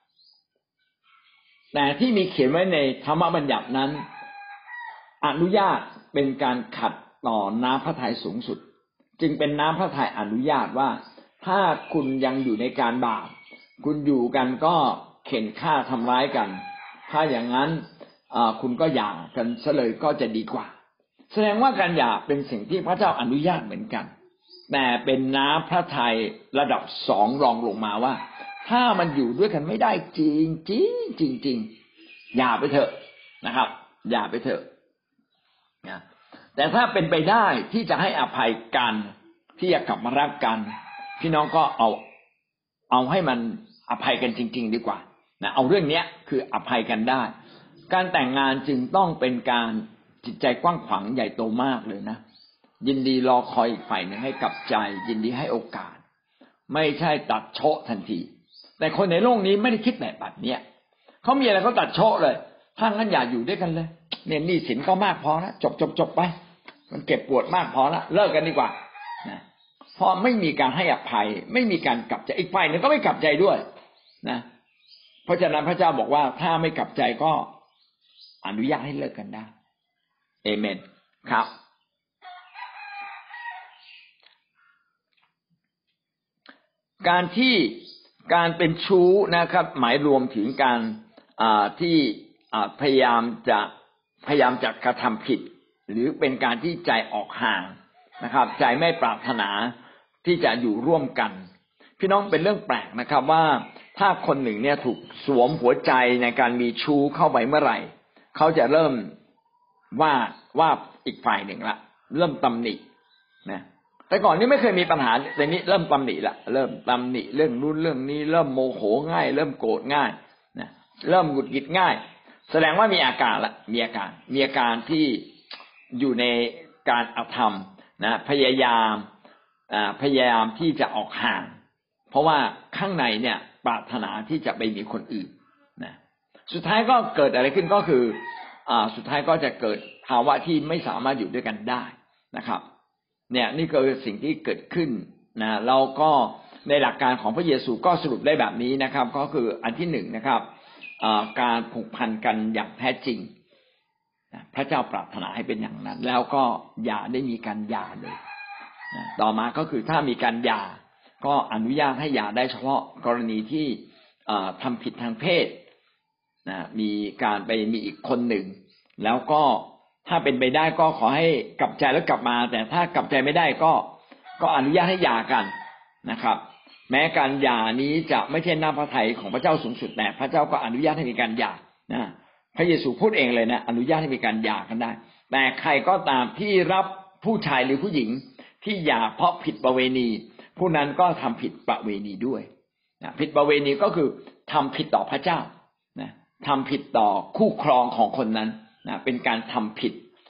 แต่ที่มีเขียนไว้ในธรรมบัญญัตินั้นอนุญาตเป็นการขัดต่อน้ำพระทัยสูงสุดจึงเป็นน้ำพระทัยอนุญาตว่าถ้าคุณยังอยู่ในการบาปคุณอยู่กันก็เข็นฆ่าทำร้ายกันถ้าอย่างนั้นคุณก็หย่ากันซะเลยก็จะดีกว่าแสดงว่าการหย่าเป็นสิ่งที่พระเจ้าอนุญาตเหมือนกันแต่เป็นน้ำพระทัยระดับสองรองลงมาว่าถ้ามันอยู่ด้วยกันไม่ได้จริงจริงจริงจริงหย่าไปเถอะนะครับหย่าไปเถอะนะแต่ถ้าเป็นไปได้ที่จะให้อภัยกันที่จะกลับมารักกันพี่น้องก็เอาเอาให้มันอภัยกันจริงๆดีกว่านะเอาเรื่องนี้คืออภัยกันได้การแต่งงานจึงต้องเป็นการจิตใจกว้างขวางใหญ่โตมากเลยนะยินดีรอคอยอีกฝ่ายหนึ่งให้กลับใจยินดีให้โอกาสไม่ใช่ตัดโชะทันทีแต่คนในโลกนี้ไม่ได้คิดแบบนี้เขามีอะไรเขาตัดโชะเลยถ้างั้นอย่าอยู่ด้วยกันเลยเนี่ยหนี้สินก็มากพอแล้วจบจบจบไปมันเก็บปวดมากพอแล้วเลิกกันดีกว่านะเพราะไม่มีการให้อภัยไม่มีการกลับใจอีกฝ่ายหนึ่งก็ไม่กลับใจด้วยนะเพราะฉะนั้นพระเจ้าบอกว่าถ้าไม่กลับใจก็อนุญาตให้เลิกกันได้เอเมนครับการที่การเป็นชู้นะครับหมายรวมถึงการที่พยายามจะพยายามจะกระทำผิดหรือเป็นการที่ใจออกห่างนะครับใจไม่ปรารถนาที่จะอยู่ร่วมกันพี่น้องเป็นเรื่องแปลกนะครับว่าถ้าคนหนึ่งเนี่ยถูกสวมหัวใจในการมีชู้เข้าไปเมื่อไหร่เขาจะเริ่มว่าว่าอีกฝ่ายหนึ่งละเริ่มตำหนินะแต่ก่อนนี้ไม่เคยมีปัญหาแต่นี้เริ่มตำหนิละเริ่มตำหนิเรื่องนู้นเรื่องนี้เริ่มโมโหง่ายเริ่มโกรธง่ายนะเริ่มหงุดหงิดง่ายแสดงว่ามีอาการละมีอาการมีอาการที่อยู่ในการอธรรมนะพยายามพยายามที่จะออกห่างเพราะว่าข้างในเนี่ยปรารถนาที่จะไปมีคนอื่นนะสุดท้ายก็เกิดอะไรขึ้นก็คืออ่าสุดท้ายก็จะเกิดภาวะที่ไม่สามารถอยู่ด้วยกันได้นะครับเนี่ยนี่คือสิ่งที่เกิดขึ้นนะเราก็ในหลักการของพระเยซูก็สรุปได้แบบนี้นะครับก็คืออันที่หนึ่งนะครับการผูกพันกันอย่างแท้จริงพระเจ้าปรารถนาให้เป็นอย่างนั้นแล้วก็อย่าได้มีการหย่าเลยต่อมาก็คือถ้ามีการหย่าก็อนุญาตให้หย่าได้เฉพาะกรณีที่ทำผิดทางเพศนะมีการไปมีอีกคนหนึ่งแล้วก็ถ้าเป็นไปได้ก็ขอให้กลับใจแล้วกลับมาแต่ถ้ากลับใจไม่ได้ก็ก็อนุญาตให้หย่ากันนะครับแม้การหย่านี้จะไม่ใช่น้ำพระทัยของพระเจ้าสูงสุดแต่พระเจ้าก็อนุญาตให้มีการหย่านะพระเยซูพูดเองเลยนะอนุญาตให้มีการหย่ากันได้แต่ใครก็ตามที่รับผู้ชายหรือผู้หญิงที่หย่าเพราะผิดประเวณีผู้นั้นก็ทำผิดประเวณีด้วยนะผิดประเวณีก็คือทำผิดต่อพระเจ้านะทำผิดต่อคู่ครองของคนนั้นนะเป็นการทำผิด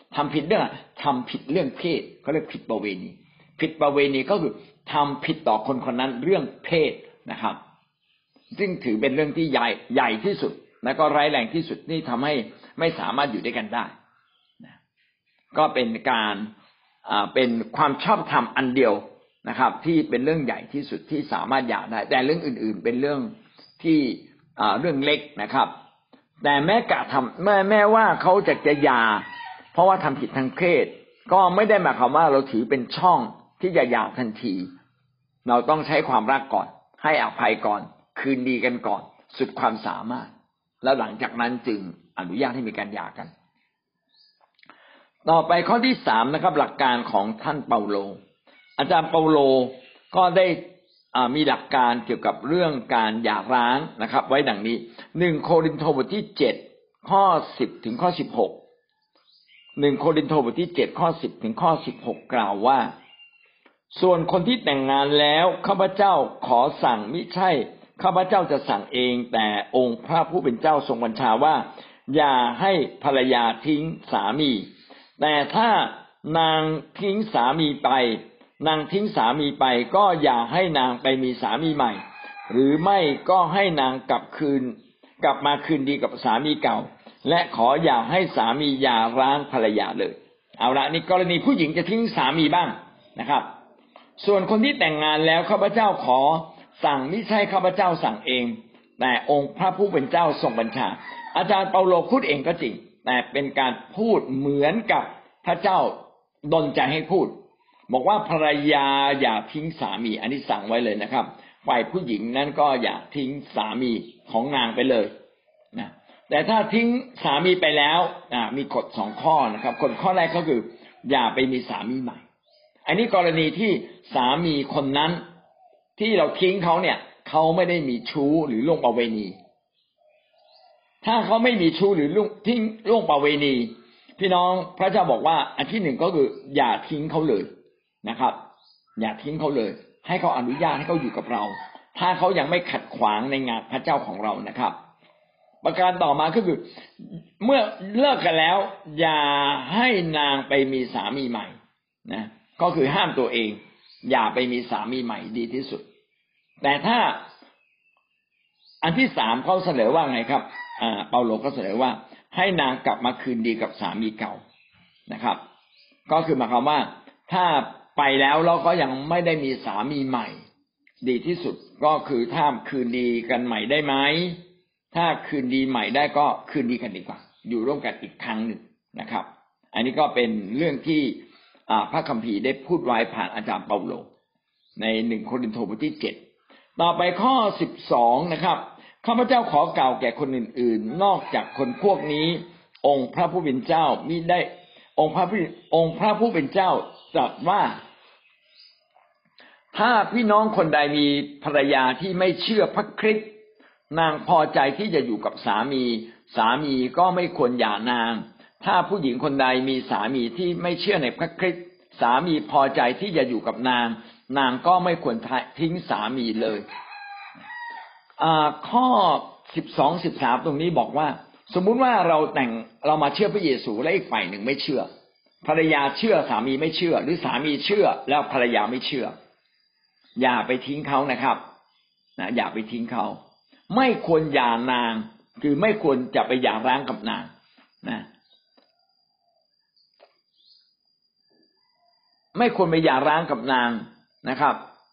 ทำผิดเรื่องทำผิดเรื่องเพศเขาเรียกผิดประเวณีผิดประเวณีก็คือทำผิดต่อคนคนนั้นเรื่องเพศนะครับซึ่งถือเป็นเรื่องที่ใหญ่ใหญ่ที่สุดและก็ร้ายแรงที่สุดที่ทำให้ไม่สามารถอยู่ด้วยกันได้นะก็เป็นการอ่าเป็นความชอบธรรมอันเดียวนะครับที่เป็นเรื่องใหญ่ที่สุดที่สามารถหย่าได้แต่เรื่องอื่นๆเป็นเรื่องที่อ่าเรื่องเล็กนะครับแต่แม้กะทำแม้แม้ว่าเขาจะจะหย่าเพราะว่าทำผิดทางเพศก็ไม่ได้หมายความว่าเราถือเป็นช่องที่จะหย่าทันทีเราต้องใช้ความรักก่อนให้อภัยก่อนคืนดีกันก่อนสุดความสามารถแล้วหลังจากนั้นจึงอนุญาตให้มีการหย่ากันต่อไปข้อที่สามนะครับหลักการของท่านเปาโลอาจารย์เปาโลก็ได้มีหลักการเกี่ยวกับเรื่องการหย่าร้างนะครับไว้ดังนี้หนึ่งโครินธ์บทที่เจ็ดข้อสิบถึงข้อสิบหกหนึ่งโครินธ์บทที่เจ็ดข้อสิบถึงข้อสิบหกกล่าวว่าส่วนคนที่แต่งงานแล้วข้าพเจ้าขอสั่งมิใช่ข้าพเจ้าจะสั่งเองแต่องค์พระผู้เป็นเจ้าทรงบัญชาว่าอย่าให้ภรรยาทิ้งสามีแต่ถ้านางทิ้งสามีไปนางทิ้งสามีไปก็อย่าให้นางไปมีสามีใหม่หรือไม่ก็ให้นางกลับคืนกลับมาคืนดีกับสามีเก่าและขออย่าให้สามีหย่าร้างภรรยาเลยเอาละนี่กรณีผู้หญิงจะทิ้งสามีบ้างนะครับส่วนคนที่แต่งงานแล้วข้าพเจ้าขอสั่งไม่ใช่ข้าพเจ้าสั่งเองแต่องค์พระผู้เป็นเจ้าทรงบัญชาอาจารย์เปาโลพูดเองก็จริงแต่เป็นการพูดเหมือนกับพระเจ้าดลใจให้พูดบอกว่าภรรยาอย่าทิ้งสามีอันนี้สั่งไว้เลยนะครับฝ่ายผู้หญิงนั้นก็อย่าทิ้งสามีของนางไปเลยนะแต่ถ้าทิ้งสามีไปแล้วมีกฎสองข้อนะครับกฎข้อแรกก็คืออย่าไปมีสามีใหม่อันนี้กรณีที่สามีคนนั้นที่เราทิ้งเขาเนี่ยเขาไม่ได้มีชู้หรือล่วงประเวณีถ้าเขาไม่มีชู้หรือล่วงทิ้งล่วงประเวณีพี่น้องพระเจ้าบอกว่าอันที่หนึ่งก็คืออย่าทิ้งเขาเลยนะครับอย่าทิ้งเขาเลยให้เขาอนุญาตให้เขาอยู่กับเราถ้าเขายังไม่ขัดขวางในงานพระเจ้าของเรานะครับประการต่อมาก็คือเมื่อเลิกกันแล้วอย่าให้นางไปมีสามีใหม่นะก็คือห้ามตัวเองอย่าไปมีสามีใหม่ดีที่สุดแต่ถ้าอันที่สามเขาเสนอว่าไงครับอ่าเปาโลก็เสนอว่าให้นางกลับมาคืนดีกับสามีเก่านะครับก็คือหมายความว่าถ้าไปแล้วเราก็ยังไม่ได้มีสามีใหม่ดีที่สุดก็คือถ้าคืนดีกันใหม่ได้ไหมถ้าคืนดีใหม่ได้ก็คืนดีกันดีกว่าอยู่ร่วมกันอีกครั้งหนึ่งนะครับอันนี้ก็เป็นเรื่องที่พระคัมภีร์ได้พูดไว้ผ่านอาจารย์เปาโลในหนึ่งโครินธ์บทที่เจ็ดต่อไปข้อสิบสองนะครับข้าพเจ้าขอกล่าวแก่คนอื่นๆนอกจากคนพวกนี้องค์พระผู้เป็นเจ้ามิได้องค์พระผู้องค์พระผู้เป็นเจ้าตรัสว่าถ้าพี่น้องคนใดมีภรรยาที่ไม่เชื่อพระคริสต์นางพอใจที่จะอยู่กับสามีสามีก็ไม่ควรหย่านางถ้าผู้หญิงคนใดมีสามีที่ไม่เชื่อในพระคริสต์สามีพอใจที่จะอยู่กับนางนางก็ไม่ควรทิ้งสามีเลยอ่าข้อสิบสอง สิบสามตรงนี้บอกว่าสมมุติว่าเราแต่งเรามาเชื่อพระเยซูและอีกฝ่ายหนึ่งไม่เชื่อภรรยาเชื่อสามีไม่เชื่อหรือสามีเชื่อแล้วภรรยาไม่เชื่ออย่าไปทิ้งเขานะครับนะอย่าไปทิ้งเขาไม่ควรหย่านางคือไม่ควรจะไปหย่าร้างกับนางนะไม่ควรไปหย่าร้างกับนางนะครับ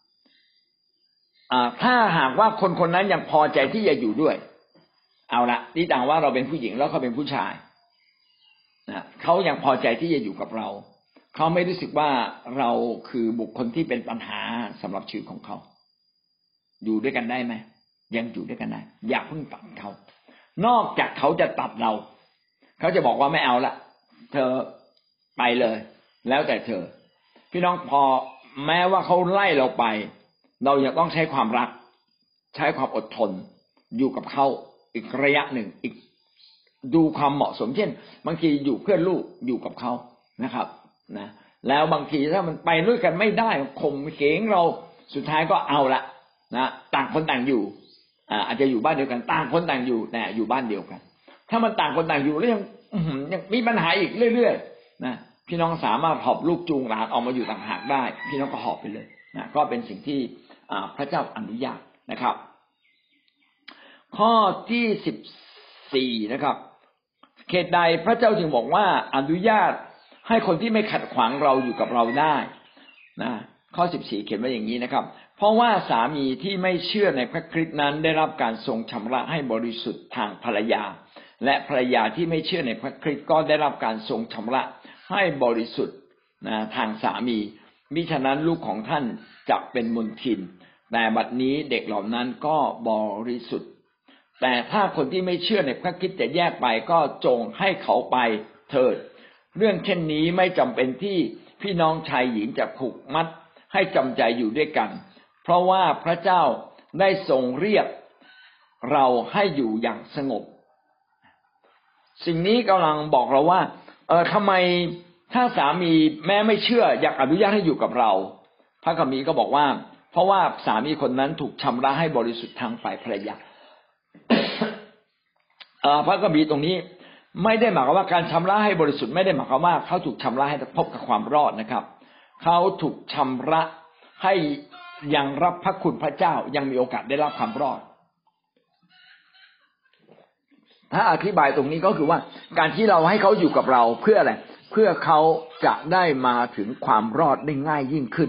ถ้าหากว่าคนคนนั้นยังพอใจที่จะอยู่ด้วยเอาละนี่ต่างว่าเราเป็นผู้หญิงแล้วเขาเป็นผู้ชายนะเขายังพอใจที่จะอยู่กับเราเขาไม่รู้สึกว่าเราคือบุคคลที่เป็นปัญหาสำหรับชีวิตของเขาอยู่ด้วยกันได้ไหมยังอยู่ด้วยกันได้อย่าเพิ่งตัดเขานอกจากเขาจะตัดเราเขาจะบอกว่าไม่เอาละเธอไปเลยแล้วแต่เธอพี่น้องพอแม้ว่าเขาไล่เราไปเรายังต้องใช้ความรักใช้ความอดทนอยู่กับเขาอีกระยะหนึ่งอีกดูความเหมาะสมเช่นบางทีอยู่เพื่อลูกอยู่กับเขานะครับนะแล้วบางทีถ้ามันไปด้วยกันไม่ได้ข่มเหงเราสุดท้ายก็เอาละนะต่างคนต่างอยู่อ่าอาจจะอยู่บ้านเดียวกันต่างคนต่างอยู่แต่อยู่บ้านเดียวกันถ้ามันต่างคนต่างอยู่แล้วยังยังมีปัญหาอีกเรื่อยนะพี่น้องสามารถหอบลูกจูงหลานออกมาอยู่ต่างหากได้พี่น้องก็หอบไปเลยนะก็เป็นสิ่งที่พระเจ้าอนุญาตนะครับข้อที่สิบสี่นะครับเหตุใดพระเจ้าจึงบอกว่าอนุญาตให้คนที่ไม่ขัดขวางเราอยู่กับเราได้นะข้อสิบสี่เขียนไว้อย่างนี้นะครับเพราะว่าสามีที่ไม่เชื่อในพระคริสต์นั้นได้รับการทรงชำระให้บริสุทธิ์ทางภรรยาและภรรยาที่ไม่เชื่อในพระคริสต์ก็ได้รับการทรงชำระให้บริสุทธิ์นะทางสามีมิฉะนั้นลูกของท่านจะเป็นมลทินแต่บัดนี้เด็กเหล่านั้นก็บริสุทธิ์แต่ถ้าคนที่ไม่เชื่อในพระคริสต์จะแยกไปก็จงให้เขาไปเถิดเรื่องเช่นนี้ไม่จำเป็นที่พี่น้องชายหญิงจะผูกมัดให้จำใจอยู่ด้วยกันเพราะว่าพระเจ้าได้ทรงเรียกเราให้อยู่อย่างสงบสิ่งนี้กำลังบอกเราว่าเออทำไมถ้าสามีแม้ไม่เชื่ออยากอนุญาตให้อยู่กับเราพระคัมภีร์ก็บอกว่าเพราะว่าสามีคนนั้นถูกชำระให้บริสุทธิ์ทางฝ่ายภรรยา พระคัมภีร์ตรงนี้ไม่ได้หมายความว่าการชำระให้บริสุทธิ์ไม่ได้หมายความว่าเขาถูกชำระให้พบกับความรอดนะครับเขาถูกชำระให้ยังรับพระคุณพระเจ้ายังมีโอกาสได้รับความรอดถ้าอธิบายตรงนี้ก็คือว่าการที่เราให้เขาอยู่กับเราเพื่ออะไรเพื่อเขาจะได้มาถึงความรอดได้ง่ายยิ่งขึ้น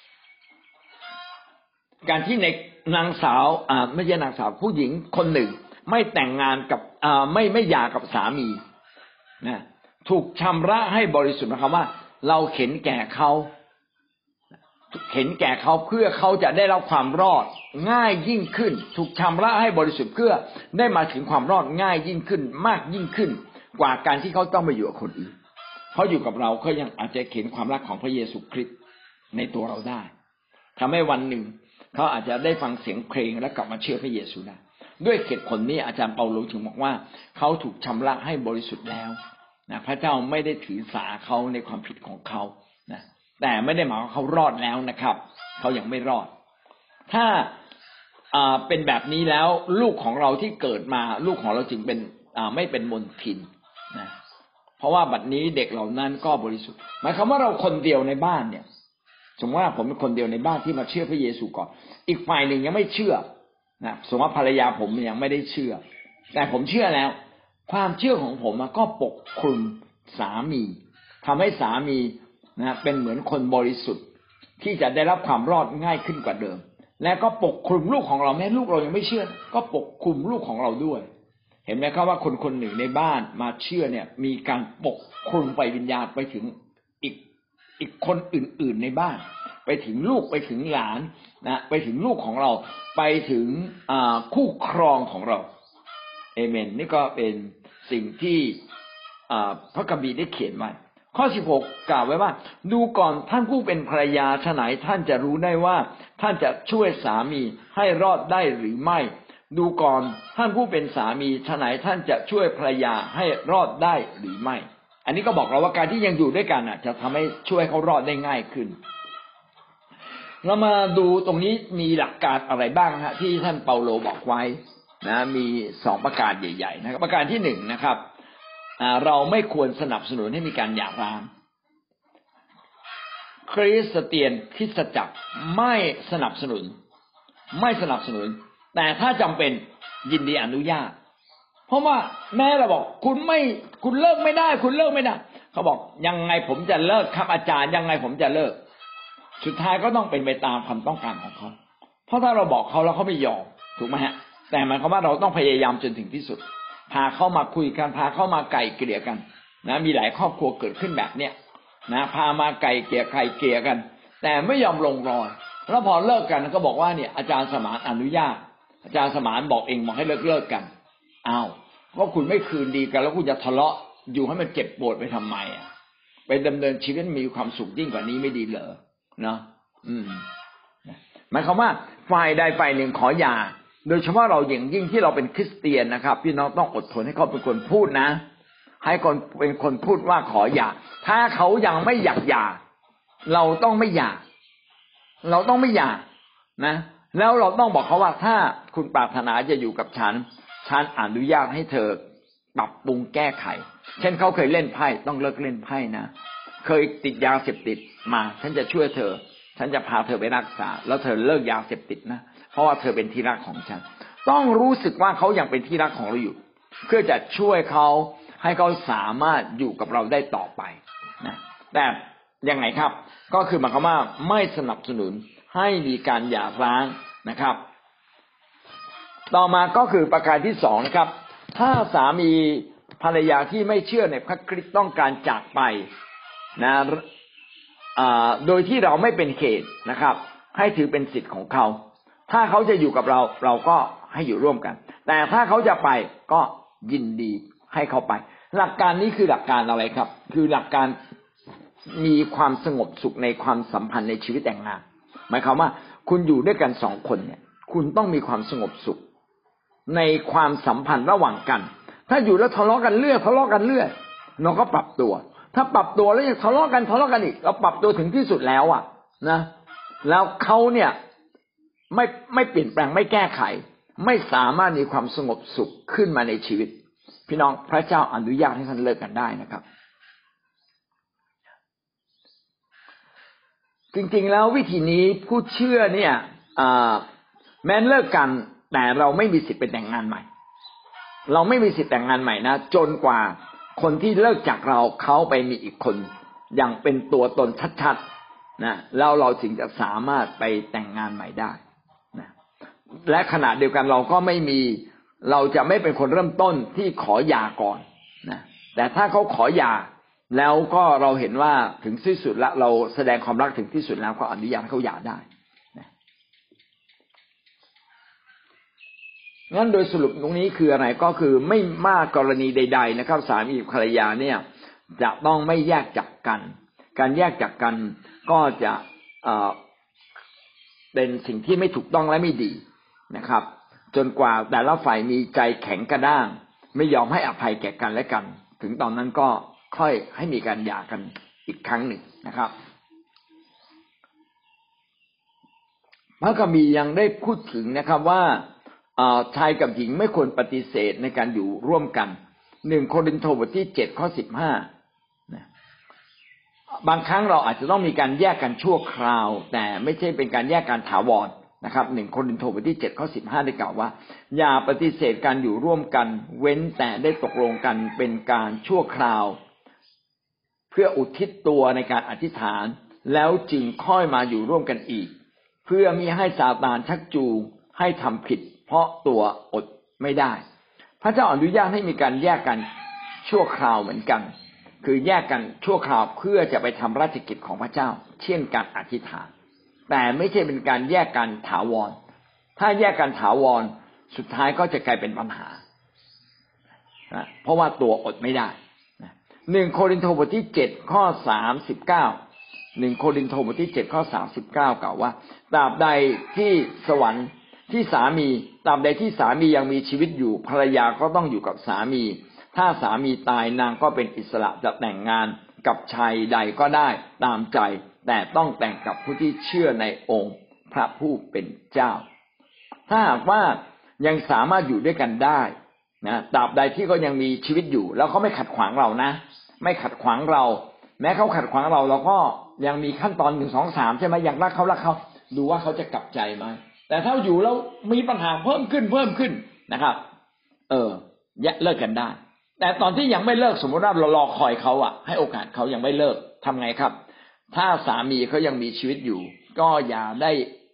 การที่ในนางสาวอ่าไม่ใช่นางสาวผู้หญิงคนหนึ่งไม่แต่งงานกับอ่าไม่ไม่หย่ากับสามีนะถูกชำระให้บริสุทธิ์นะครับว่าเราเข็นแก่เขาเข็นแก่เขาเพื่อเขาจะได้รับความรอดง่ายยิ่งขึ้นถูกชำระให้บริสุทธิ์เพื่อได้มาถึงความรอดง่ายยิ่งขึ้นมากยิ่งขึ้นกว่าการที่เขาต้องไปอยู่กับคนอื่นเพราะอยู่กับเราเขายังอาจจะเห็นความรักของพระเยซูคริสต์ในตัวเราได้ทำให้วันหนึ่งเขาอาจจะได้ฟังเสียงเพลงและกลับมาเชื่อพระเยซูได้ด้วยเหตุผลนี้อาจารย์เปาโลถึงบอกว่าเขาถูกชำระให้บริสุทธิ์แล้วนะพระเจ้าไม่ได้ถือสาเขาในความผิดของเขานะแต่ไม่ได้หมายว่าเขารอดแล้วนะครับเขายังไม่รอดถ้าอ่าเป็นแบบนี้แล้วลูกของเราที่เกิดมาลูกของเราจึงเป็นอ่าไม่เป็นมลทินนะเพราะว่าบัดนี้เด็กเหล่านั้นก็บริสุทธิ์หมายความว่าเราคนเดียวในบ้านเนี่ยสมมติว่าผมเป็นคนเดียวในบ้านที่มาเชื่อพระเยซูก่อนอีกฝ่ายหนึ่งยังไม่เชื่อนะสมมติว่าภรรยาผมยังไม่ได้เชื่อแต่ผมเชื่อแล้วความเชื่อของผมก็ปกคลุมสามีทำให้สามีนะเป็นเหมือนคนบริสุทธิ์ที่จะได้รับความรอดง่ายขึ้นกว่าเดิมและก็ปกคลุมลูกของเราแม้ลูกเรายังไม่เชื่อก็ปกคลุมลูกของเราด้วยเห็นไหมครับว่าคนคนหนึ่งในบ้านมาเชื่อเนี่ยมีการปกคลุมไปวิญญาณไปถึงอีกอีกคนอื่นๆในบ้านไปถึงลูกไปถึงหลานนะไปถึงลูกของเราไปถึงคู่ครองของเราเอเมนนี่ก็เป็นสิ่งที่พระคัมภีร์ได้เขียนไว้ข้อสิบหกกล่าวไว้ว่าดูก่อนท่านผู้เป็นภรรยาฉะไหนท่านจะรู้ได้ว่าท่านจะช่วยสามีให้รอดได้หรือไม่ดูก่อนท่านผู้เป็นสามีฉะไหนท่านจะช่วยภรรยาให้รอดได้หรือไม่อันนี้ก็บอกเราว่าการที่ยังอยู่ด้วยกันจะทำให้ช่วยเขารอดได้ง่ายขึ้นเรามาดูตรงนี้มีหลักการอะไรบ้างฮะที่ท่านเปาโลบอกไว้นะมีสองประการใหญ่ๆนะครับประการที่หนึ่งนะครับเราไม่ควรสนับสนุนให้มีการหย่าร้างคริสเตียนคริสตจักรไม่สนับสนุนไม่สนับสนุนแต่ถ้าจำเป็นยินดีอนุญาตเพราะว่าแม่เราบอกคุณไม่คุณเลิกไม่ได้คุณเลิกไม่ได้เขาบอกยังไงผมจะเลิกครับอาจารย์ยังไงผมจะเลิกสุดท้ายก็ต้องเป็นไปตามความต้องการของเขาเพราะถ้าเราบอกเขาแล้วเขาไม่ยอมถูกไหมฮะแต่หมายความว่าเราต้องพยายามจนถึงที่สุดพาเข้ามาคุยกันพาเข้ามาไกล่เกลี่ยกันนะมีหลายครอบครัวเกิดขึ้นแบบเนี้ยนะพามาไกล่เกลี่ยไกล่เกลี่ยกันแต่ไม่ยอมลงรอยแล้วพอเลิกกันก็บอกว่าเนี่ยอาจารย์สมานอนุญาตอาจารย์สมานบอกเองบอกให้เลิกเลิกกันอ้าวก็คุณไม่คืนดีกันแล้วคุณจะทะเลาะอยู่ให้มันเจ็บปวดไปทำไมอ่ะไปดำเนินชีวิตมีความสุขยิ่งกว่านี้ไม่ดีเหรอเนาะอืมหมายความว่าฝ่ายใดฝ่ายหนึ่งขอหย่าโดยเฉพาะเราอย่างยิ่งที่เราเป็นคริสเตียนนะครับพี่น้องต้องอดทนให้เขาเป็นคนพูดนะให้คนเป็นคนพูดว่าขอหย่าถ้าเขายังไม่อยากหย่าเราต้องไม่หย่าเราต้องไม่หย่านะแล้วเราต้องบอกเขาว่าถ้าคุณปรารถนาจะอยู่กับฉันฉันอนุญาตให้เธอปรับปรุงแก้ไขเช่นเขาเคยเล่นไพ่ต้องเลิกเล่นไพ่นะเคยติดยาเสพติดมาฉันจะช่วยเธอฉันจะพาเธอไปรักษาแล้วเธอเลิกยาเสพติดนะเพราะว่าเธอเป็นที่รักของฉันต้องรู้สึกว่าเขายังเป็นที่รักของเราอยู่เพื่อจะช่วยเขาให้เขาสามารถอยู่กับเราได้ต่อไปนะแต่ยังไงครับก็คือหมายความว่าไม่สนับสนุนให้มีการหย่าร้างนะครับต่อมาก็คือประการที่สองนะครับถ้าสามีภรรยาที่ไม่เชื่อในพระคริสต์ต้องการจากไปนะโดยที่เราไม่เป็นเขตนะครับให้ถือเป็นสิทธิ์ของเขาถ้าเขาจะอยู่กับเราเราก็ให้อยู่ร่วมกันแต่ถ้าเขาจะไปก็ยินดีให้เขาไปหลักการนี้คือหลักการอะไรครับคือหลักการมีความสงบสุขในความสัมพันธ์ในชีวิตแต่งงานหมายความว่าคุณอยู่ด้วยกันสองคนเนี่ยคุณต้องมีความสงบสุขในความสัมพันธ์ระหว่างกันถ้าอยู่แล้วทะเลาะกันเรื่อยทะเลาะกันเรื่อยเราก็ปรับตัวถ้าปรับตัวแล้วยังทะเลาะกันทะเลาะกันอีกเราปรับตัวถึงที่สุดแล้วอ่ะนะแล้วเขาเนี่ยไม่ไม่เปลี่ยนแปลงไม่แก้ไขไม่สามารถมีความสงบสุขขึ้นมาในชีวิตพี่น้องพระเจ้าอนุญาตให้ท่านเลิกกันได้นะครับจริงๆแล้ววิธีนี้ผู้เชื่อเนี่ยแม้เลิกกันแต่เราไม่มีสิทธิ์ไปแต่งงานใหม่เราไม่มีสิทธิ์แต่งงานใหม่นะจนกว่าคนที่เลิกจากเราเขาไปมีอีกคนอย่างเป็นตัวตนชัดๆนะแล้วเราถึงจะสามารถไปแต่งงานใหม่ได้นะและขณะเดียวกันเราก็ไม่มีเราจะไม่เป็นคนเริ่มต้นที่ขอหย่าก่อนนะแต่ถ้าเขาขอหย่าแล้วก็เราเห็นว่าถึงที่สุดแล้วเราแสดงความรักถึงที่สุดแล้วก็อนุญาตให้เขาหย่าได้นะงั้นโดยสรุปตรงนี้คืออะไรก็คือไม่มากกรณีใดๆนะครับสามีภรรยาเนี่ยจะต้องไม่แยกจากกันการแยกจากกันก็จะเอ่อเป็นสิ่งที่ไม่ถูกต้องและไม่ดีนะครับจนกว่าแต่ละฝ่ายมีใจแข็งกระด้างไม่ยอมให้อภัยแก่กันและกันถึงตอนนั้นก็ค่อยให้มีการหย่ากันอีกครั้งหนึ่งนะครับพระคัมภีร์ยังได้พูดถึงนะครับว่าชายกับหญิงไม่ควรปฏิเสธในการอยู่ร่วมกันหนึ่งโครินธ์บทที่เจ็ดข้อสิบห้าบางครั้งเราอาจจะต้องมีการแยกกันชั่วคราวแต่ไม่ใช่เป็นการแยกกันถาวรนะครับหนึ่งโครินธ์บทที่เจ็ดข้อสิบห้าได้กล่าวว่าอย่าปฏิเสธการอยู่ร่วมกันเว้นแต่ได้ตกลงกันเป็นการชั่วคราวเพื่ออุทิศตัวในการอธิษฐานแล้วจึงค่อยมาอยู่ร่วมกันอีกเพื่อมิให้ซาตานชักจูงให้ทำผิดเพราะตัวอดไม่ได้พระเจ้าอนุญาตให้มีการแยกกันชั่วคราวเหมือนกันคือแยกกันชั่วคราวเพื่อจะไปทำราชกิจของพระเจ้าเช่นการอธิษฐานแต่ไม่ใช่เป็นการแยกกันถาวรถ้าแยกกันถาวรสุดท้ายก็จะกลายเป็นปัญหาเพราะว่าตัวอดไม่ได้หนึ่งโครินธ์บทที่เจ็ดข้อสามสิบเก้าหนึ่งโครินธ์บทที่เจ็ดข้อสามสิบเก้ากล่าวว่าตราบใดที่สวรรค์ที่สามีตราบใดที่สามียังมีชีวิตอยู่ภรรยาก็ต้องอยู่กับสามีถ้าสามีตายนางก็เป็นอิสระจะแต่งงานกับชายใดก็ได้ตามใจแต่ต้องแต่งกับผู้ที่เชื่อในองค์พระผู้เป็นเจ้าถ้าหากว่ายังสามารถอยู่ด้วยกันได้นะตราบใดที่เขายังมีชีวิตอยู่แล้วเขาไม่ขัดขวางเรานะไม่ขัดขวางเราแม้เขาขัดขวางเราเราก็ยังมีขั้นตอนหนึ่งสองสามใช่ไหมอยากรักเขารักเขาดูว่าเขาจะกลับใจไหมแต่ถ้าอยู่แล้วมีปัญหาเพิ่มขึ้นเพิ่มขึ้นนะครับเออเลิกกันได้แต่ตอนที่ยังไม่เลิกสมมติว่าเรารอคอยเขาอ่ะให้โอกาสเขายังไม่เลิกทำไงครับถ้าสามีเขายังมีชีวิตอยู่ก็อย่าได้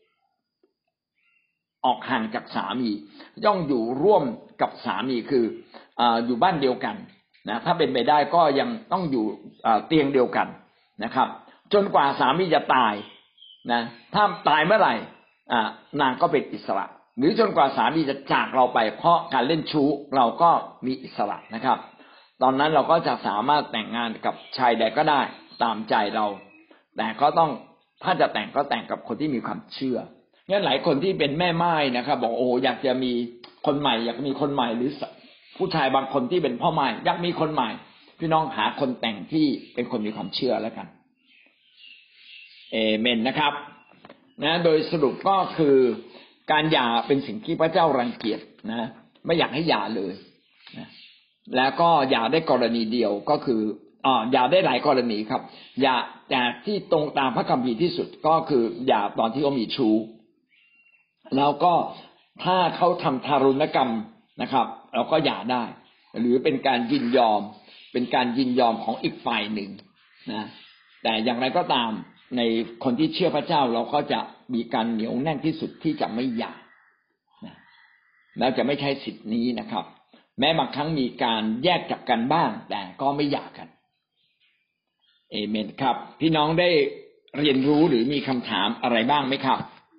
ออกห่างจากสามีย่องอยู่ร่วมกับสามีคืออ่าอยู่บ้านเดียวกันนะถ้าเป็นไปได้ก็ยังต้องอยู่เตียงเดียวกันนะครับจนกว่าสามีจะตายนะถ้าตายเมื่อไหร่นางก็เป็นอิสระหรือจนกว่าสามีจะจากเราไปเพราะการเล่นชู้เราก็มีอิสระนะครับตอนนั้นเราก็จะสามารถแต่งงานกับชายใดก็ได้ตามใจเราแต่ก็ต้องถ้าจะแต่งก็แต่งกับคนที่มีความเชื่องั้นหลายคนที่เป็นแม่ไม้นะครับบอกโอ้อยากจะมีคนใหม่อยากมีคนใหม่หรือผู้ชายบางคนที่เป็นพ่อไม้อยากมีคนใหม่พี่น้องหาคนแต่งที่เป็นคนมีความเชื่อแล้วกันเอเมนนะครับนะโดยสรุปก็คือการหย่าเป็นสิ่งที่พระเจ้ารังเกียจนะไม่อยากให้หย่าเลยนะแล้วก็หย่าได้กรณีเดียวก็คืออ่าหย่าได้หลายกรณีครับหย่าแต่ที่ตรงตามพระคัมภีร์ที่สุดก็คือหย่าตอนที่เขามีชู้แล้วก็ถ้าเขาทำทารุณกรรมนะครับเราก็หย่าได้หรือเป็นการยินยอมเป็นการยินยอมของอีกฝ่ายหนึ่งนะแต่อย่างไรก็ตามในคนที่เชื่อพระเจ้าเราก็จะมีการเหนียวแน่นที่สุดที่จะไม่หย่านะแล้วจะไม่ใช้สิทธินี้นะครับแม้บางครั้งมีการแยกจากกันบ้างแต่ก็ไม่หย่ากันเอเมนครับพี่น้องได้เรียนรู้หรือมีคำถามอะไรบ้างไหมครับ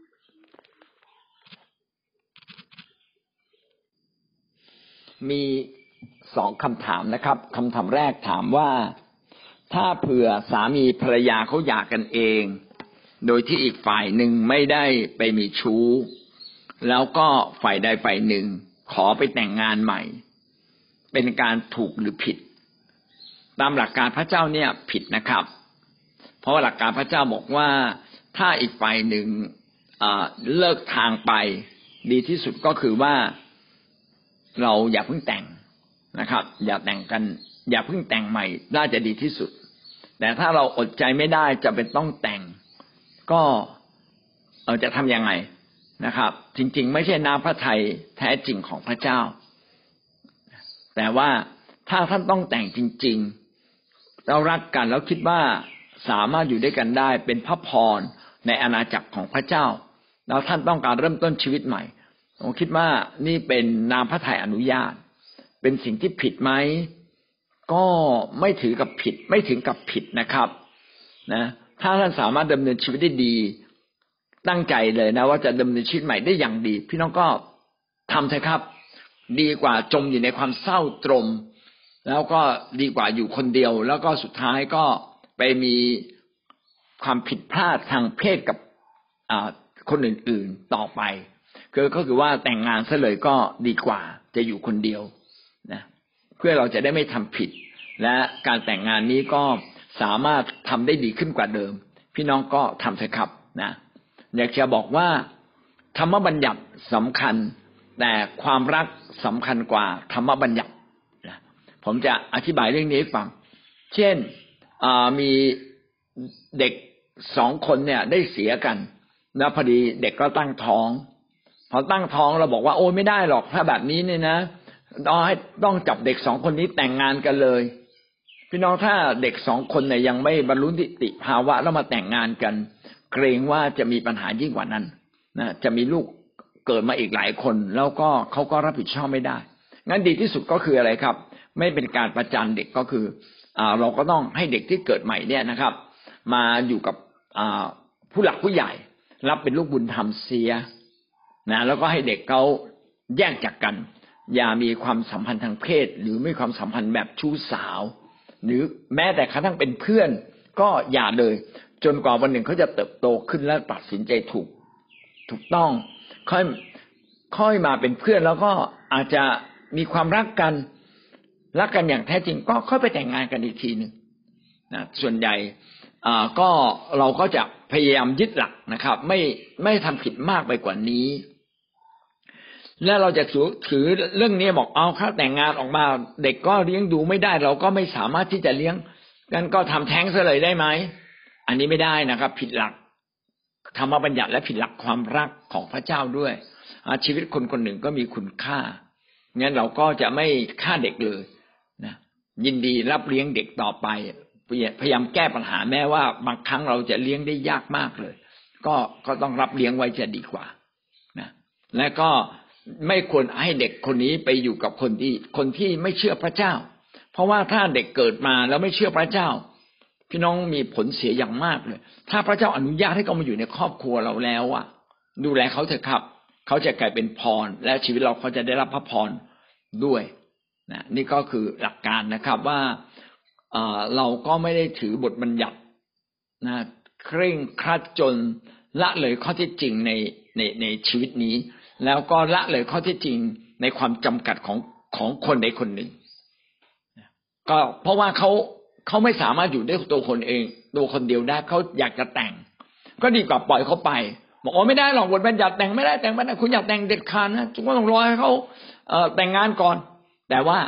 มีสองคำถามนะครับคำถามแรกถามว่าถ้าเผื่อสามีภรรยาเขาหย่ากันเองโดยที่อีกฝ่ายหนึ่งไม่ได้ไปมีชู้แล้วก็ฝ่ายใดฝ่ายหนึ่งขอไปแต่งงานใหม่เป็นการถูกหรือผิดตามหลักการพระเจ้าเนี่ยผิดนะครับเพราะว่าหลักการพระเจ้าบอกว่าถ้าอีกฝ่ายหนึ่งเลิกทางไปดีที่สุดก็คือว่าเราอย่าเพิ่งแต่งนะครับอย่าแต่งกันอย่าเพิ่งแต่งใหม่น่าจะดีที่สุดแต่ถ้าเราอดใจไม่ได้จะเป็นต้องแต่งก็เออจะทำยังไงนะครับจริงๆไม่ใช่น้ำพระทัยแท้จริงของพระเจ้าแต่ว่าถ้าท่านต้องแต่งจริงๆเรารักกันแล้วคิดว่าสามารถอยู่ด้วยกันได้เป็นพระพรในอาณาจักรของพระเจ้าแล้วท่านต้องการเริ่มต้นชีวิตใหม่ผมคิดว่านี่เป็นน้ำพระทัยอนุญาตเป็นสิ่งที่ผิดไหมก็ไม่ถือกับผิดไม่ถึงกับผิดนะครับนะถ้าท่านสามารถดำเนินชีวิตได้ดีตั้งใจเลยนะว่าจะดำเนินชีวิตใหม่ได้อย่างดีพี่น้องก็ทำเถอะครับดีกว่าจมอยู่ในความเศร้าตรมแล้วก็ดีกว่าอยู่คนเดียวแล้วก็สุดท้ายก็ไปมีความผิดพลาดทางเพศกับคนอื่นๆต่อไปคือก็คือว่าแต่งงานซะเลยก็ดีกว่าจะอยู่คนเดียวนะเพื่อเราจะได้ไม่ทำผิดและการแต่งงานนี้ก็สามารถทำได้ดีขึ้นกว่าเดิมพี่น้องก็ทำเถอะครับนะอยากจะบอกว่าธรรมบัญญัติสำคัญแต่ความรักสำคัญกว่าธรรมบัญญัตินะผมจะอธิบายเรื่องนี้ให้ฟังเช่นมีเด็กสองคนเนี่ยได้เสียกันแล้วพอดีเด็กก็ตั้งท้องพอตั้งท้องเราบอกว่าโอ้ไม่ได้หรอกถ้าแบบนี้เนี่ยนะต้องให้ต้องจับเด็กสองคนนี้แต่งงานกันเลยพี่น้องถ้าเด็กสองคนเนี่ยยังไม่บรรลุนิติภาวะแล้วมาแต่งงานกันเกรงว่าจะมีปัญหายิ่งกว่านั้นนะจะมีลูกเกิดมาอีกหลายคนแล้วก็เขาก็รับผิดชอบไม่ได้งั้นดีที่สุดก็คืออะไรครับไม่เป็นการประจานเด็กก็คืออ่าเราก็ต้องให้เด็กที่เกิดใหม่เนี่ยนะครับมาอยู่กับอ่าผู้หลักผู้ใหญ่รับเป็นลูกบุญธรรมเสียนะแล้วก็ให้เด็กเขาแยกจากกันอย่ามีความสัมพันธ์ทางเพศหรือไม่ความสัมพันธ์แบบชู้สาวหรือแม้แต่กระทั่งเป็นเพื่อนก็อย่าเลยจนกว่าวันหนึ่งเขาจะเติบโตขึ้นและตัดสินใจถูกถูกต้องค่อยค่อยมาเป็นเพื่อนแล้วก็อาจจะมีความรักกันรักกันอย่างแท้จริงก็ค่อยไปแต่งงานกันอีกทีนึงนะส่วนใหญ่อ่าก็เราก็จะพยายามยึดหลักนะครับไม่ไม่ทำผิดมากไปกว่านี้และเราจะถือถือเรื่องนี้บอกเอาถ้าแต่งงานออกมาเด็กก็เลี้ยงดูไม่ได้เราก็ไม่สามารถที่จะเลี้ยงกันก็ทำแท้งซะเลยได้ไหมอันนี้ไม่ได้นะครับผิดหลักธรรมบัญญัติและผิดหลักความรักของพระเจ้าด้วยชีวิตคนคนหนึ่งก็มีคุณค่างั้นเราก็จะไม่ฆ่าเด็กเลยนะยินดีรับเลี้ยงเด็กต่อไปพยายามแก้ปัญหาแม้ว่าบางครั้งเราจะเลี้ยงได้ยากมากเลยก็ก็ต้องรับเลี้ยงไว้จะดีกว่านะและก็ไม่ควรให้เด็กคนนี้ไปอยู่กับคนที่คนที่ไม่เชื่อพระเจ้าเพราะว่าถ้าเด็กเกิดมาแล้วไม่เชื่อพระเจ้าพี่น้องมีผลเสียอย่างมากเลยถ้าพระเจ้าอนุญาตให้เขามาอยู่ในครอบครัวเราแล้วอ่ะดูแลเขาเถอะครับเขาจะกลายเป็นพรและชีวิตเราเขาจะได้รับพระพรด้วยนะนี่ก็คือหลักการนะครับว่าเอ่อเราก็ไม่ได้ถือบทบัญญัตินะเคร่งครัดจนละเลยข้อเท็จจริงในในในชีวิตนี้แล้วก็ละเลยข้อเท็จจริงในความจำกัดของของคนใดคนหนึ่งก็เพราะว่าเขาเขาไม่สามารถอยู่ได้ตัวคนเองตัวคนเดียวได้เขาอยากจะแต่งก็ดีกว่าปล่อยเขาไปบอกว่าไม่ได้หรอกบทบัญญัติแต่งไม่ได้แต่งไม่ได้คุณอยากแต่งเด็ดขาดนะคุณก็ต้องรอให้เขาเอ่อแต่งงานก่อนแต่ว่า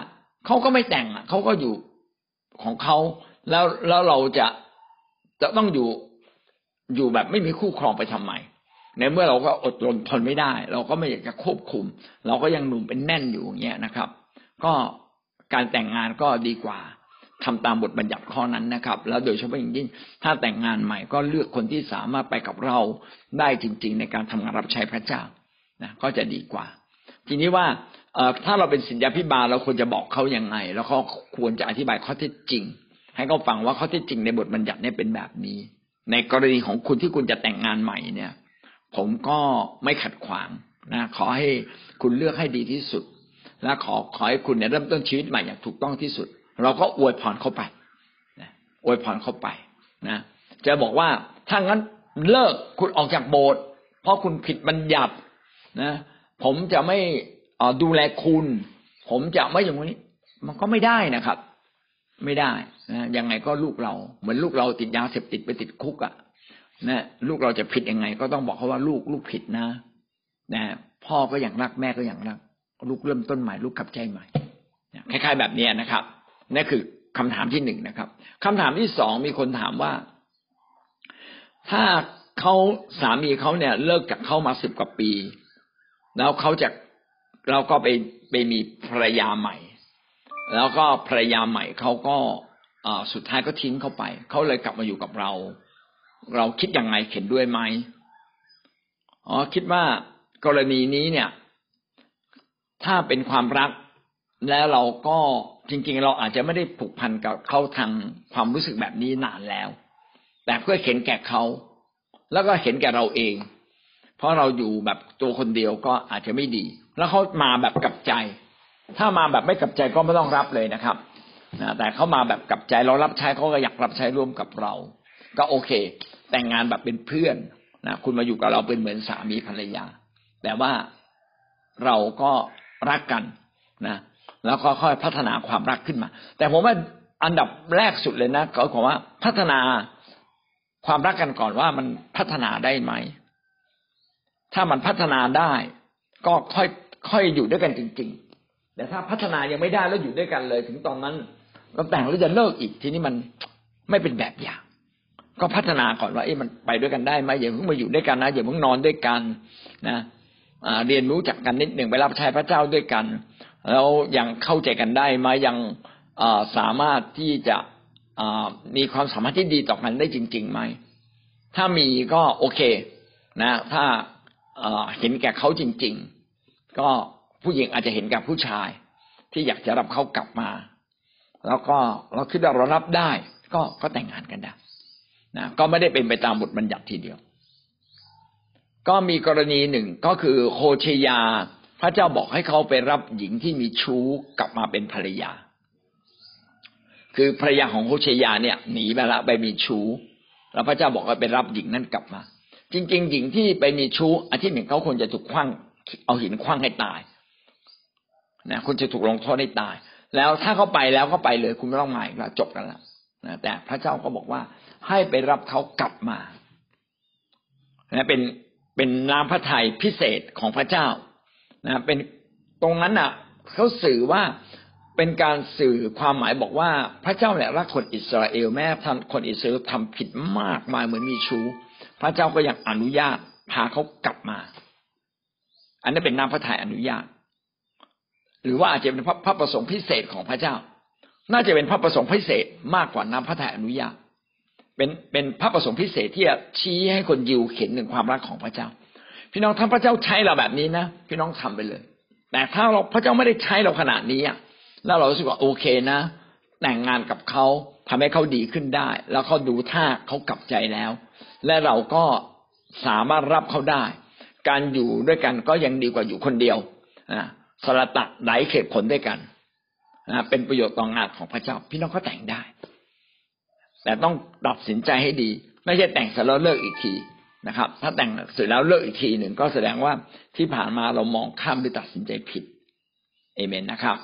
เขาก็ไม่แต่งอ่ะเขาก็อยู่ของเขาแล้วแล้วเราจะจะต้องอยู่อยู่แบบไม่มีคู่ครองไปทำไมในเมื่อเราก็อดทนทนไม่ได้เราก็ไม่อยากจะควบคุมเราก็ยังหนุ่มเป็นแน่นอยู่อย่างเงี้ยนะครับก็การแต่งงานก็ดีกว่าทำตามบทบัญญัติข้อนั้นนะครับแล้วโดยเฉพาะอย่างยิ่งถ้าแต่งงานใหม่ก็เลือกคนที่สามารถไปกับเราได้จริงๆในการทำงานรับใช้พระเจ้านะก็จะดีกว่าทีนี้ว่าเอ่อถ้าเราเป็นศิษยาภิบาลเราควรจะบอกเขายังไงแล้วก็ควรจะอธิบายข้อเท็จจริงให้เขาฟังว่าข้อเท็จจริงในบทบัญญัติเนี่ยเป็นแบบนี้ในกรณีของคุณที่คุณจะแต่งงานใหม่เนี่ยผมก็ไม่ขัดขวางนะขอให้คุณเลือกให้ดีที่สุดและขอขอให้คุณเนี่ยเริ่มต้นชีวิตใหม่อย่างถูกต้องที่สุดเราก็อวยพรเขาไปนะอวยพรเขาไปนะจะบอกว่าถ้างั้นเลิกคุณออกจากโบสถ์เพราะคุณผิดบัญญัตินะผมจะไม่ดูแลคุณผมจะไม่อย่างนี้มันก็ไม่ได้นะครับไม่ได้นะยังไงก็ลูกเราเหมือนลูกเราติดยาเสพติดไปติดคุกอ่ะนะลูกเราจะผิดยังไงก็ต้องบอกเขาว่าลูกลูกผิดนะนะพ่อก็อย่างรักแม่ก็อย่างรักลูกเริ่มต้นใหม่ลูกกลับใจใหม่คล้ายๆแบบนี้นะครับนั่นคือคำถามที่หนึ่งนะครับคำถามที่สองมีคนถามว่าถ้าเขาสามีเขาเนี่ยเลิกจากเขามาสิบกว่าปีแล้วเขาจะเราก็ไปไปมีภรรยาใหม่แล้วก็ภรรยาใหม่เขาก็สุดท้ายก็ทิ้งเขาไปเขาเลยกลับมาอยู่กับเราเราคิดยังไงเห็นด้วยไหมอ๋อคิดว่ากรณีนี้เนี่ยถ้าเป็นความรักแล้วเราก็จริงๆเราอาจจะไม่ได้ผูกพันกับเขาทางความรู้สึกแบบนี้นานแล้วแต่เพื่อเห็นแก่เขาแล้วก็เห็นแก่เราเองเพราะเราอยู่แบบตัวคนเดียวก็อาจจะไม่ดีแล้วเขามาแบบกลับใจถ้ามาแบบไม่กลับใจก็ไม่ต้องรับเลยนะครับนะแต่เขามาแบบกลับใจเรารับใช้เขาก็อยากรับใช้ร่วมกับเราก็โอเคแต่งงานแบบเป็นเพื่อนนะคุณมาอยู่กับเราเป็นเหมือนสามีภรรยาแต่ว่าเราก็รักกันนะแล้วก็ค่อยพัฒนาความรักขึ้นมาแต่ผมว่าอันดับแรกสุดเลยนะก็คือว่าพัฒนาความรักกันก่อนว่ามันพัฒนาได้ไหมถ้ามันพัฒนาได้ก็ค่อยค่อยอยู่ด้วยกันจริงๆแต่ถ้าพัฒนายังไม่ได้แล้วอยู่ด้วยกันเลยถึงตอนนั้นเราแต่งแล้วจะเลิกอีกทีนี้มันไม่เป็นแบบอย่างก็พัฒนาก่อนว่าเอ๊ะมันไปด้วยกันได้ไหมอย่าเพิ่งมาอยู่ด้วยกันนะอย่าเพิ่งนอนด้วยกันนะเรียนรู้จักกันนิดหนึ่งไปรับใช้พระเจ้าด้วยกันแล้วยังเข้าใจกันได้ไหมยังสามารถที่จะมีความสามารถที่ดีต่อกันได้จริงๆไหมถ้ามีก็โอเคนะถ้าเห็นแก่เขาจริงๆก็ผู้หญิงอาจจะเห็นแก่ผู้ชายที่อยากจะรับเขากลับมาแล้วก็เราคิดว่าเรารับได้ก็ก็แต่งงานกันได้นะก็ไม่ได้เป็นไปตามบทบัญญัติทีเดียวก็มีกรณีหนึ่งก็คือโฮเชยาพระเจ้าบอกให้เขาไปรับหญิงที่มีชู้กลับมาเป็นภรรยาคือภรรยาของโฮเชยาเนี่ยหนีไปละไปมีชู้แล้วพระเจ้าบอกให้ไปรับหญิงนั้นกลับมาจริงๆหญิงที่ไปมีชู้อันที่หนึ่งเขาควรจะถูกขว้างเอาหินขว้างให้ตายนะคุณจะถูกลงโทษให้ตายแล้วถ้าเขาไปแล้วก็ไปเลยคุณไม่ต้องมาอีกแล้วจบกันแล้วนะแต่พระเจ้าก็บอกว่าให้ไปรับเขากลับมานะเป็นเป็นน้ำพระทัยพิเศษของพระเจ้านะเป็นตรงนั้นน่ะเขาสื่อว่าเป็นการสื่อความหมายบอกว่าพระเจ้าเนี่ยรักคนอิสราเอลแม้ท่านคนอิสราเอลทำผิดมากมายเหมือนมีชู้พระเจ้าก็ยังอนุญาตพาเขากลับมาอันนั้นเป็นน้ำพระทัยอนุญาตหรือว่าอาจจะเป็นพระประสงค์พิเศษของพระเจ้าน่าจะเป็นพระประสงค์พิเศษมากกว่าน้ำพระทัยอนุญาตเป็นเป็นพระประสงค์พิเศษที่จะชี้ให้คนยิวเห็นถึงความรักของพระเจ้าพี่น้องถ้าพระเจ้าใช้เราแบบนี้นะพี่น้องทำไปเลยแต่ถ้าเราพระเจ้าไม่ได้ใช้เราขนาดนี้แล้วเรารู้สึกว่าโอเคนะแต่งงานกับเขาทำให้เขาดีขึ้นได้แล้วเขาดูท่าเขากลับใจแล้วและเราก็สามารถรับเขาได้การอยู่ด้วยกันก็ยังดีกว่าอยู่คนเดียวนะสละตัดไหลเขตผลด้วยกันนะเป็นประโยชน์ต่องานของพระเจ้าพี่น้องก็แต่งได้แต่ต้องตัดสินใจให้ดีไม่ใช่แต่งเสร็จแล้วเลิกอีกทีนะครับถ้าแต่งเสร็จแล้วเลิกอีกทีหนึ่งก็แสดงว่าที่ผ่านมาเรามองข้ามหรือตัดสินใจผิดเอเมนนะครับ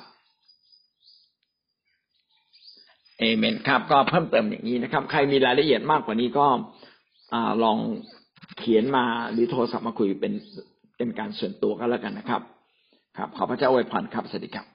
เอเมนครับก็เพิ่มเติมอย่างนี้นะครับใครมีรายละเอียดมากกว่านี้ก็ลองเขียนมาหรือโทรศัพท์มาคุยเป็นเป็นการส่วนตัวก็แล้วกันนะครับครับขอพระเจ้าอวยพรครับสวัสดีครับ